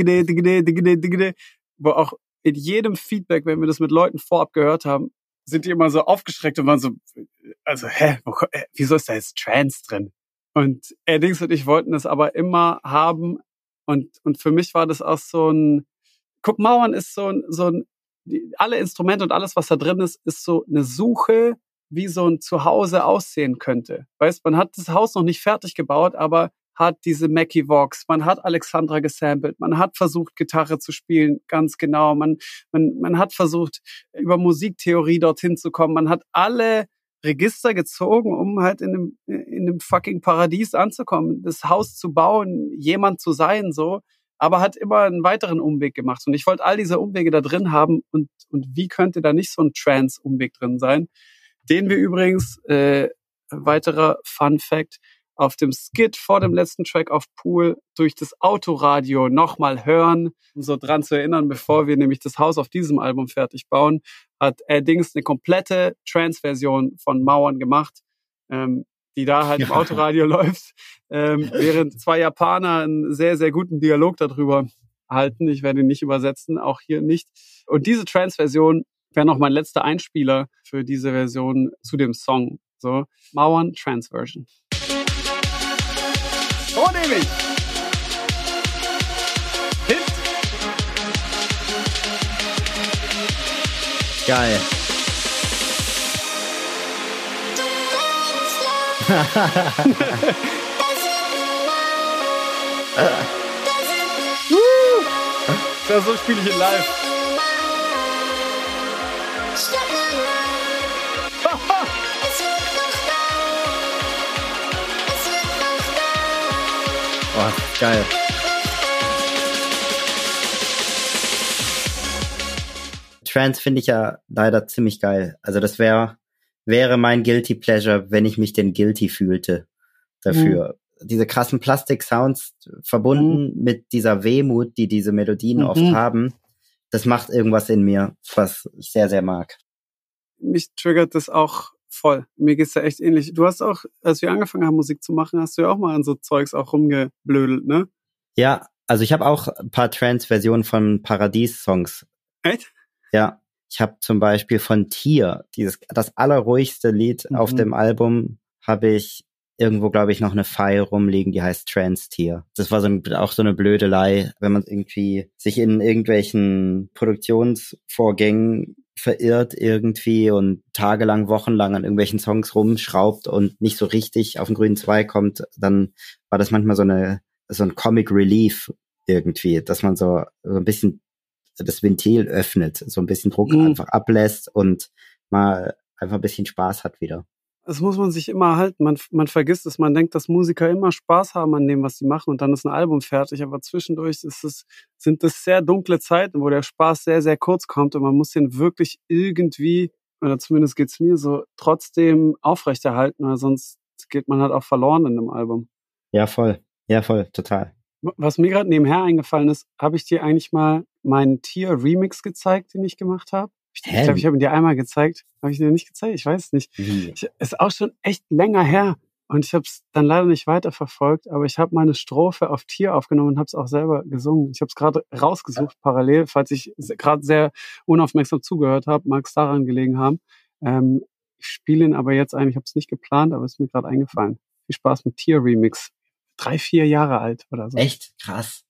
Wo auch in jedem Feedback, wenn wir das mit Leuten vorab gehört haben, sind die immer so aufgeschreckt und waren so, also, wieso ist da jetzt Trance drin? Und Dings und ich wollten das aber immer haben. Und für mich war das auch so ein, guck, Mauern ist so ein, alle Instrumente und alles, was da drin ist so eine Suche, wie so ein Zuhause aussehen könnte. Weißt, man hat das Haus noch nicht fertig gebaut, aber hat diese Mackie Vox, man hat Alexandra gesampelt, man hat versucht, Gitarre zu spielen, ganz genau, man hat versucht, über Musiktheorie dorthin zu kommen, man hat alle Register gezogen, um halt in einem fucking Paradies anzukommen, das Haus zu bauen, jemand zu sein, so, aber hat immer einen weiteren Umweg gemacht. Und ich wollte all diese Umwege da drin haben und wie könnte da nicht so ein Trance-Umweg drin sein, den wir übrigens, weiterer Fun Fact, auf dem Skit vor dem letzten Track auf Pool durch das Autoradio nochmal hören, um so dran zu erinnern, bevor wir nämlich das Haus auf diesem Album fertig bauen, hat Dings eine komplette Trance-Version von Mauern gemacht, die da halt im Autoradio läuft, während zwei Japaner einen sehr, sehr guten Dialog darüber halten. Ich werde ihn nicht übersetzen, auch hier nicht. Und diese Trance-Version wäre noch mein letzter Einspieler für diese Version zu dem Song. So, Mauern Trance-Version. Oh, nehme ich! Hit! Geil. Ja, so spiele ich ihn live. Oh, geil. Trance finde ich ja leider ziemlich geil. Also das wäre mein Guilty Pleasure, wenn ich mich denn guilty fühlte dafür. Diese krassen Plastik-Sounds verbunden mit dieser Wehmut, die diese Melodien oft haben, das macht irgendwas in mir, was ich sehr, sehr mag. Mich triggert das auch voll. Mir geht's da echt ähnlich. Du hast auch, als wir angefangen haben, Musik zu machen, hast du ja auch mal an so Zeugs auch rumgeblödelt, ne? Ja, also ich habe auch ein paar Trance-Versionen von Paradies-Songs. Echt? Ja. Ich habe zum Beispiel von Tier, das allerruhigste Lied auf dem Album, habe ich irgendwo, glaube ich, noch eine File rumliegen, die heißt Trance-Tier. Das war auch so eine Blödelei, wenn man irgendwie sich in irgendwelchen Produktionsvorgängen verirrt irgendwie und tagelang, wochenlang an irgendwelchen Songs rumschraubt und nicht so richtig auf den grünen Zweig kommt, dann war das manchmal so ein Comic Relief irgendwie, dass man so ein bisschen das Ventil öffnet, so ein bisschen Druck einfach ablässt und mal einfach ein bisschen Spaß hat wieder. Das muss man sich immer halten. Man vergisst es. Man denkt, dass Musiker immer Spaß haben an dem, was sie machen und dann ist ein Album fertig. Aber zwischendurch sind das sehr dunkle Zeiten, wo der Spaß sehr, sehr kurz kommt und man muss den wirklich irgendwie, oder zumindest geht's mir so, trotzdem aufrechterhalten, weil sonst geht man halt auch verloren in einem Album. Ja, voll, total. Was mir gerade nebenher eingefallen ist, habe ich dir eigentlich mal meinen Tier-Remix gezeigt, den ich gemacht habe? Ich glaube, ich habe ihn dir einmal gezeigt. Habe ich dir nicht gezeigt? Ich weiß es nicht. Ist auch schon echt länger her. Und ich habe es dann leider nicht weiterverfolgt, aber ich habe meine Strophe auf Tier aufgenommen und habe es auch selber gesungen. Ich habe es gerade rausgesucht, parallel, falls ich gerade sehr unaufmerksam zugehört habe, mag es daran gelegen haben. Ich spiele ihn aber jetzt ein. Ich habe es nicht geplant, aber es ist mir gerade eingefallen. Viel Spaß mit Tier-Remix. 3-4 Jahre alt oder so. Echt? Krass.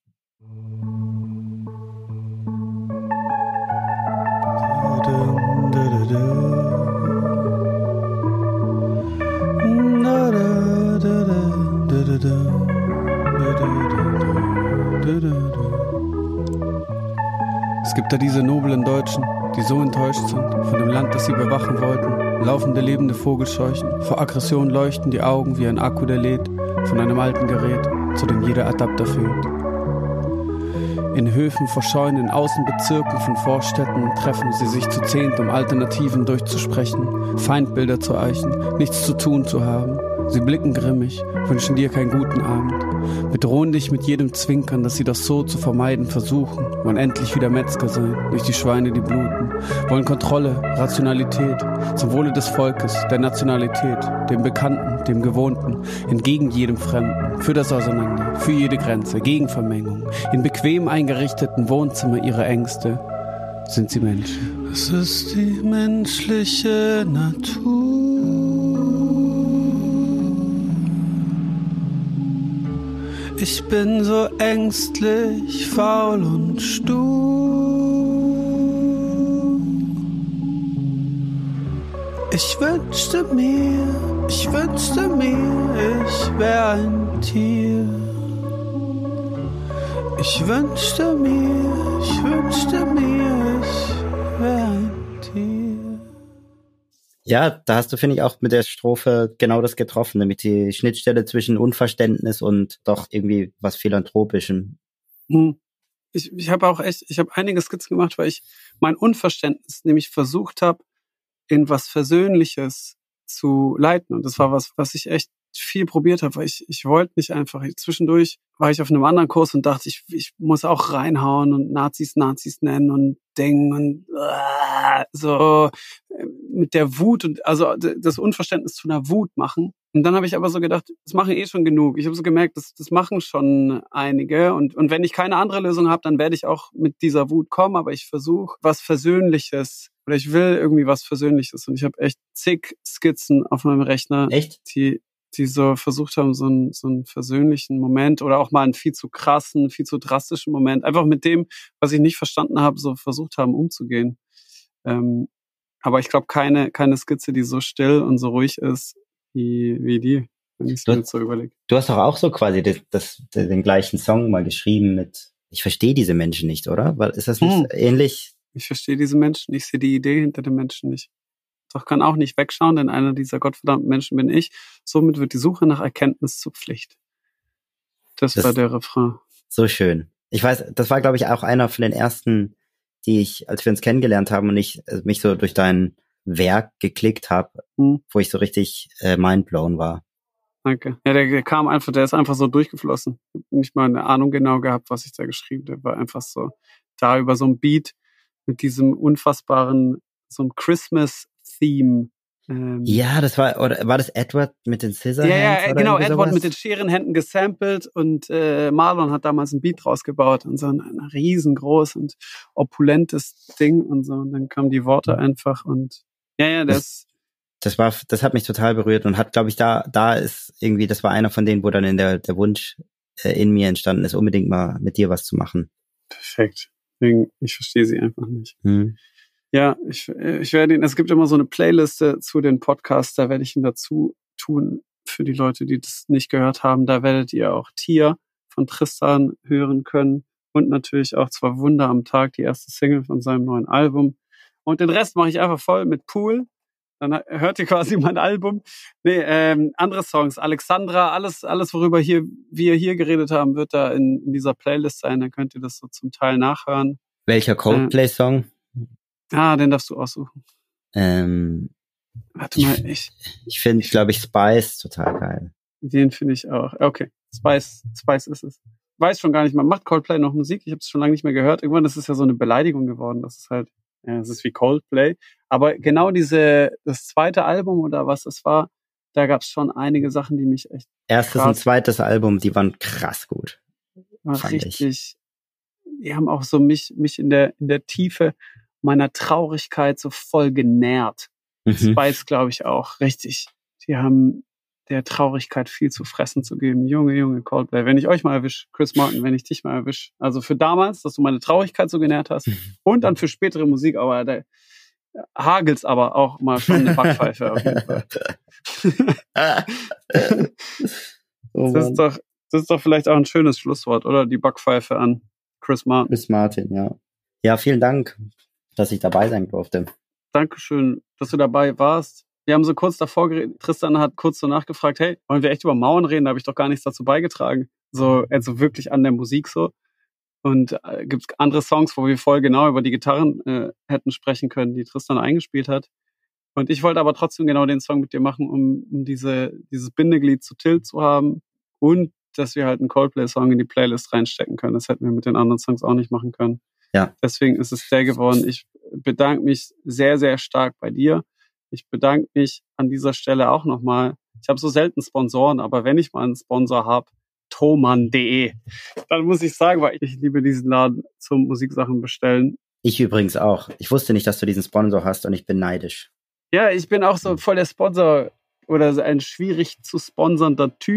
Es gibt da diese noblen Deutschen, die so enttäuscht sind von dem Land, das sie bewachen wollten. Laufende, lebende Vogelscheuchen. Vor Aggression leuchten die Augen wie ein Akku, der lädt von einem alten Gerät, zu dem jeder Adapter fehlt. In Höfen vor Scheunen, in Außenbezirken von Vorstädten treffen sie sich zu 10, um Alternativen durchzusprechen, Feindbilder zu eichen, nichts zu tun zu haben. Sie blicken grimmig, wünschen dir keinen guten Abend, bedrohen dich mit jedem Zwinkern, dass sie das so zu vermeiden versuchen, wollen endlich wieder Metzger sein, durch die Schweine, die bluten, wollen Kontrolle, Rationalität, zum Wohle des Volkes, der Nationalität, dem Bekannten, dem Gewohnten, entgegen jedem Fremden, für das Auseinander, für jede Grenze, gegen Vermengung, in bequem eingerichteten Wohnzimmer ihrer Ängste sind sie Menschen. Es ist die menschliche Natur. Ich bin so ängstlich, faul und stur. Ich wünschte mir, ich wäre ein Tier. Ich wünschte mir, ich wäre ein Tier. Ja, da hast du, finde ich, auch mit der Strophe genau das getroffen, nämlich die Schnittstelle zwischen Unverständnis und doch irgendwie was Philanthropischem. Ich habe einige Skizzen gemacht, weil ich mein Unverständnis nämlich versucht habe, in was Versöhnliches zu leiten. Und das war was ich echt viel probiert habe, weil ich wollte nicht einfach. Zwischendurch war ich auf einem anderen Kurs und dachte, ich muss auch reinhauen und Nazis nennen und Ding und so mit der Wut und also das Unverständnis zu einer Wut machen. Und dann habe ich aber so gedacht, das machen schon genug. Ich habe so gemerkt, das machen schon einige. Und wenn ich keine andere Lösung habe, dann werde ich auch mit dieser Wut kommen. Aber ich versuche was Versöhnliches oder ich will irgendwie was Versöhnliches. Und ich habe echt zig Skizzen auf meinem Rechner, die so versucht haben, so einen versöhnlichen Moment oder auch mal einen viel zu krassen, viel zu drastischen Moment, einfach mit dem, was ich nicht verstanden habe, so versucht haben umzugehen. Aber ich glaube, keine Skizze, die so still und so ruhig ist, wie die, wenn ich es mir jetzt so überlege. Du hast doch auch so quasi den gleichen Song mal geschrieben mit Ich verstehe diese Menschen nicht, oder? Ist das nicht ähnlich? Ich verstehe diese Menschen, ich sehe die Idee hinter den Menschen nicht. Doch kann auch nicht wegschauen, denn einer dieser gottverdammten Menschen bin ich. Somit wird die Suche nach Erkenntnis zur Pflicht. Das war der Refrain. So schön. Ich weiß, das war, glaube ich, auch einer von den ersten, die ich, als wir uns kennengelernt haben und ich mich so durch dein Werk geklickt habe, wo ich so richtig mindblown war. Danke. Ja, der ist einfach so durchgeflossen. Ich habe nicht mal eine Ahnung genau gehabt, was ich da geschrieben habe. Der war einfach so da über so ein Beat mit diesem unfassbaren, so ein Christmas-Theme. Ja, war das Edward mit den Scissorhands? Ja, genau, Edward mit den Scherenhänden gesampelt und Marlon hat damals ein Beat rausgebaut und so ein riesengroß und opulentes Ding und so. Und dann kamen die Worte einfach und das hat mich total berührt und hat, glaube ich, da ist irgendwie, das war einer von denen, wo dann in der Wunsch in mir entstanden ist, unbedingt mal mit dir was zu machen. Perfekt. Ich verstehe sie einfach nicht. Ja, ich werde ihn, es gibt immer so eine Playliste zu den Podcasts, da werde ich ihn dazu tun, für die Leute, die das nicht gehört haben. Da werdet ihr auch Tier von Tristan hören können und natürlich auch Zwei Wunder am Tag, die erste Single von seinem neuen Album. Und den Rest mache ich einfach voll mit Pool. Dann hört ihr quasi mein Album. Andere Songs, Alexandra, alles, worüber wir hier geredet haben, wird da in dieser Playlist sein. Dann könnt ihr das so zum Teil nachhören. Welcher Coldplay-Song? Den darfst du aussuchen. Warte mal, ich finde, glaube ich, Spice total geil. Den finde ich auch. Okay, Spice ist es. Weiß schon gar nicht mehr. Macht Coldplay noch Musik? Ich habe es schon lange nicht mehr gehört. Irgendwann ist es ja so eine Beleidigung geworden. Das ist halt, es ist wie Coldplay. Aber genau das zweite Album oder was es war, da gab es schon einige Sachen, die mich echt Erstes und zweites Album, die waren krass gut. War richtig. Die haben auch so mich in der Tiefe meiner Traurigkeit so voll genährt. Spice, glaube ich, auch richtig. Die haben der Traurigkeit viel zu fressen zu geben. Junge Coldplay. Wenn ich euch mal erwische, Chris Martin, wenn ich dich mal erwische. Also für damals, dass du meine Traurigkeit so genährt hast und dann für spätere Musik, aber da hagelt's aber auch mal schon eine Backpfeife auf jeden Fall. Das ist doch vielleicht auch ein schönes Schlusswort, oder? Die Backpfeife an Chris Martin. Chris Martin, ja. Ja, vielen Dank, dass ich dabei sein durfte. Dankeschön, dass du dabei warst. Wir haben so kurz davor geredet, Tristan hat kurz so nachgefragt, hey, wollen wir echt über Mauern reden? Da habe ich doch gar nichts dazu beigetragen. So, also wirklich an der Musik so. Und gibt es andere Songs, wo wir voll genau über die Gitarren hätten sprechen können, die Tristan eingespielt hat. Und ich wollte aber trotzdem genau den Song mit dir machen, um dieses Bindeglied zu Tilt zu haben und dass wir halt einen Coldplay-Song in die Playlist reinstecken können. Das hätten wir mit den anderen Songs auch nicht machen können. Ja. Deswegen ist es der geworden. Ich bedanke mich sehr, sehr stark bei dir. Ich bedanke mich an dieser Stelle auch nochmal. Ich habe so selten Sponsoren, aber wenn ich mal einen Sponsor habe, thomann.de, dann muss ich sagen, weil ich liebe diesen Laden zum Musiksachen bestellen. Ich übrigens auch. Ich wusste nicht, dass du diesen Sponsor hast und ich bin neidisch. Ja, ich bin auch so voll der Sponsor oder so ein schwierig zu sponsernder Typ.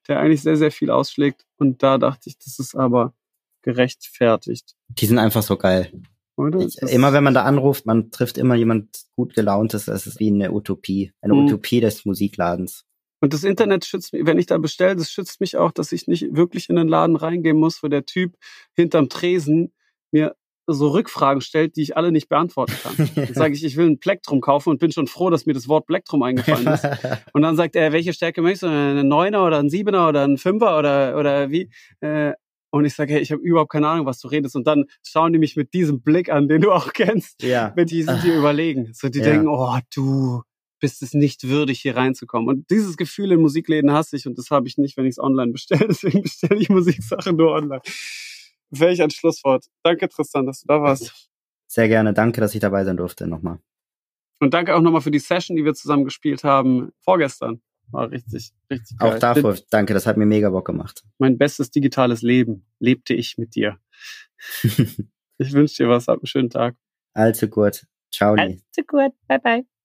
der eigentlich sehr, sehr viel ausschlägt. Und da dachte ich, das ist aber gerechtfertigt. Die sind einfach so geil. Oder? Immer wenn man da anruft, man trifft immer jemand gut gelauntes. Es ist wie eine Utopie. Eine Utopie des Musikladens. Und das Internet schützt mich, wenn ich da bestelle, das schützt mich auch, dass ich nicht wirklich in den Laden reingehen muss, wo der Typ hinterm Tresen mir so Rückfragen stellt, die ich alle nicht beantworten kann. Dann sage ich will ein Plektrum kaufen und bin schon froh, dass mir das Wort Plektrum eingefallen ist. Und dann sagt er, welche Stärke möchtest du? Eine 9er oder ein 7er oder ein 5er oder wie? Und ich sage, hey, ich habe überhaupt keine Ahnung, was du redest. Und dann schauen die mich mit diesem Blick an, den du auch kennst. Ja. Die sind dir überlegen. So, die denken, oh, du bist es nicht würdig, hier reinzukommen. Und dieses Gefühl in Musikläden hasse ich und das habe ich nicht, wenn ich es online bestelle. Deswegen bestelle ich Musiksachen nur online. Welch ein Schlusswort. Danke, Tristan, dass du da warst. Sehr gerne. Danke, dass ich dabei sein durfte nochmal. Und danke auch nochmal für die Session, die wir zusammen gespielt haben vorgestern. War richtig, richtig geil. Auch dafür danke, das hat mir mega Bock gemacht. Mein bestes digitales Leben lebte ich mit dir. Ich wünsche dir was, hab einen schönen Tag. Also gut. Ciao. Also gut, bye bye.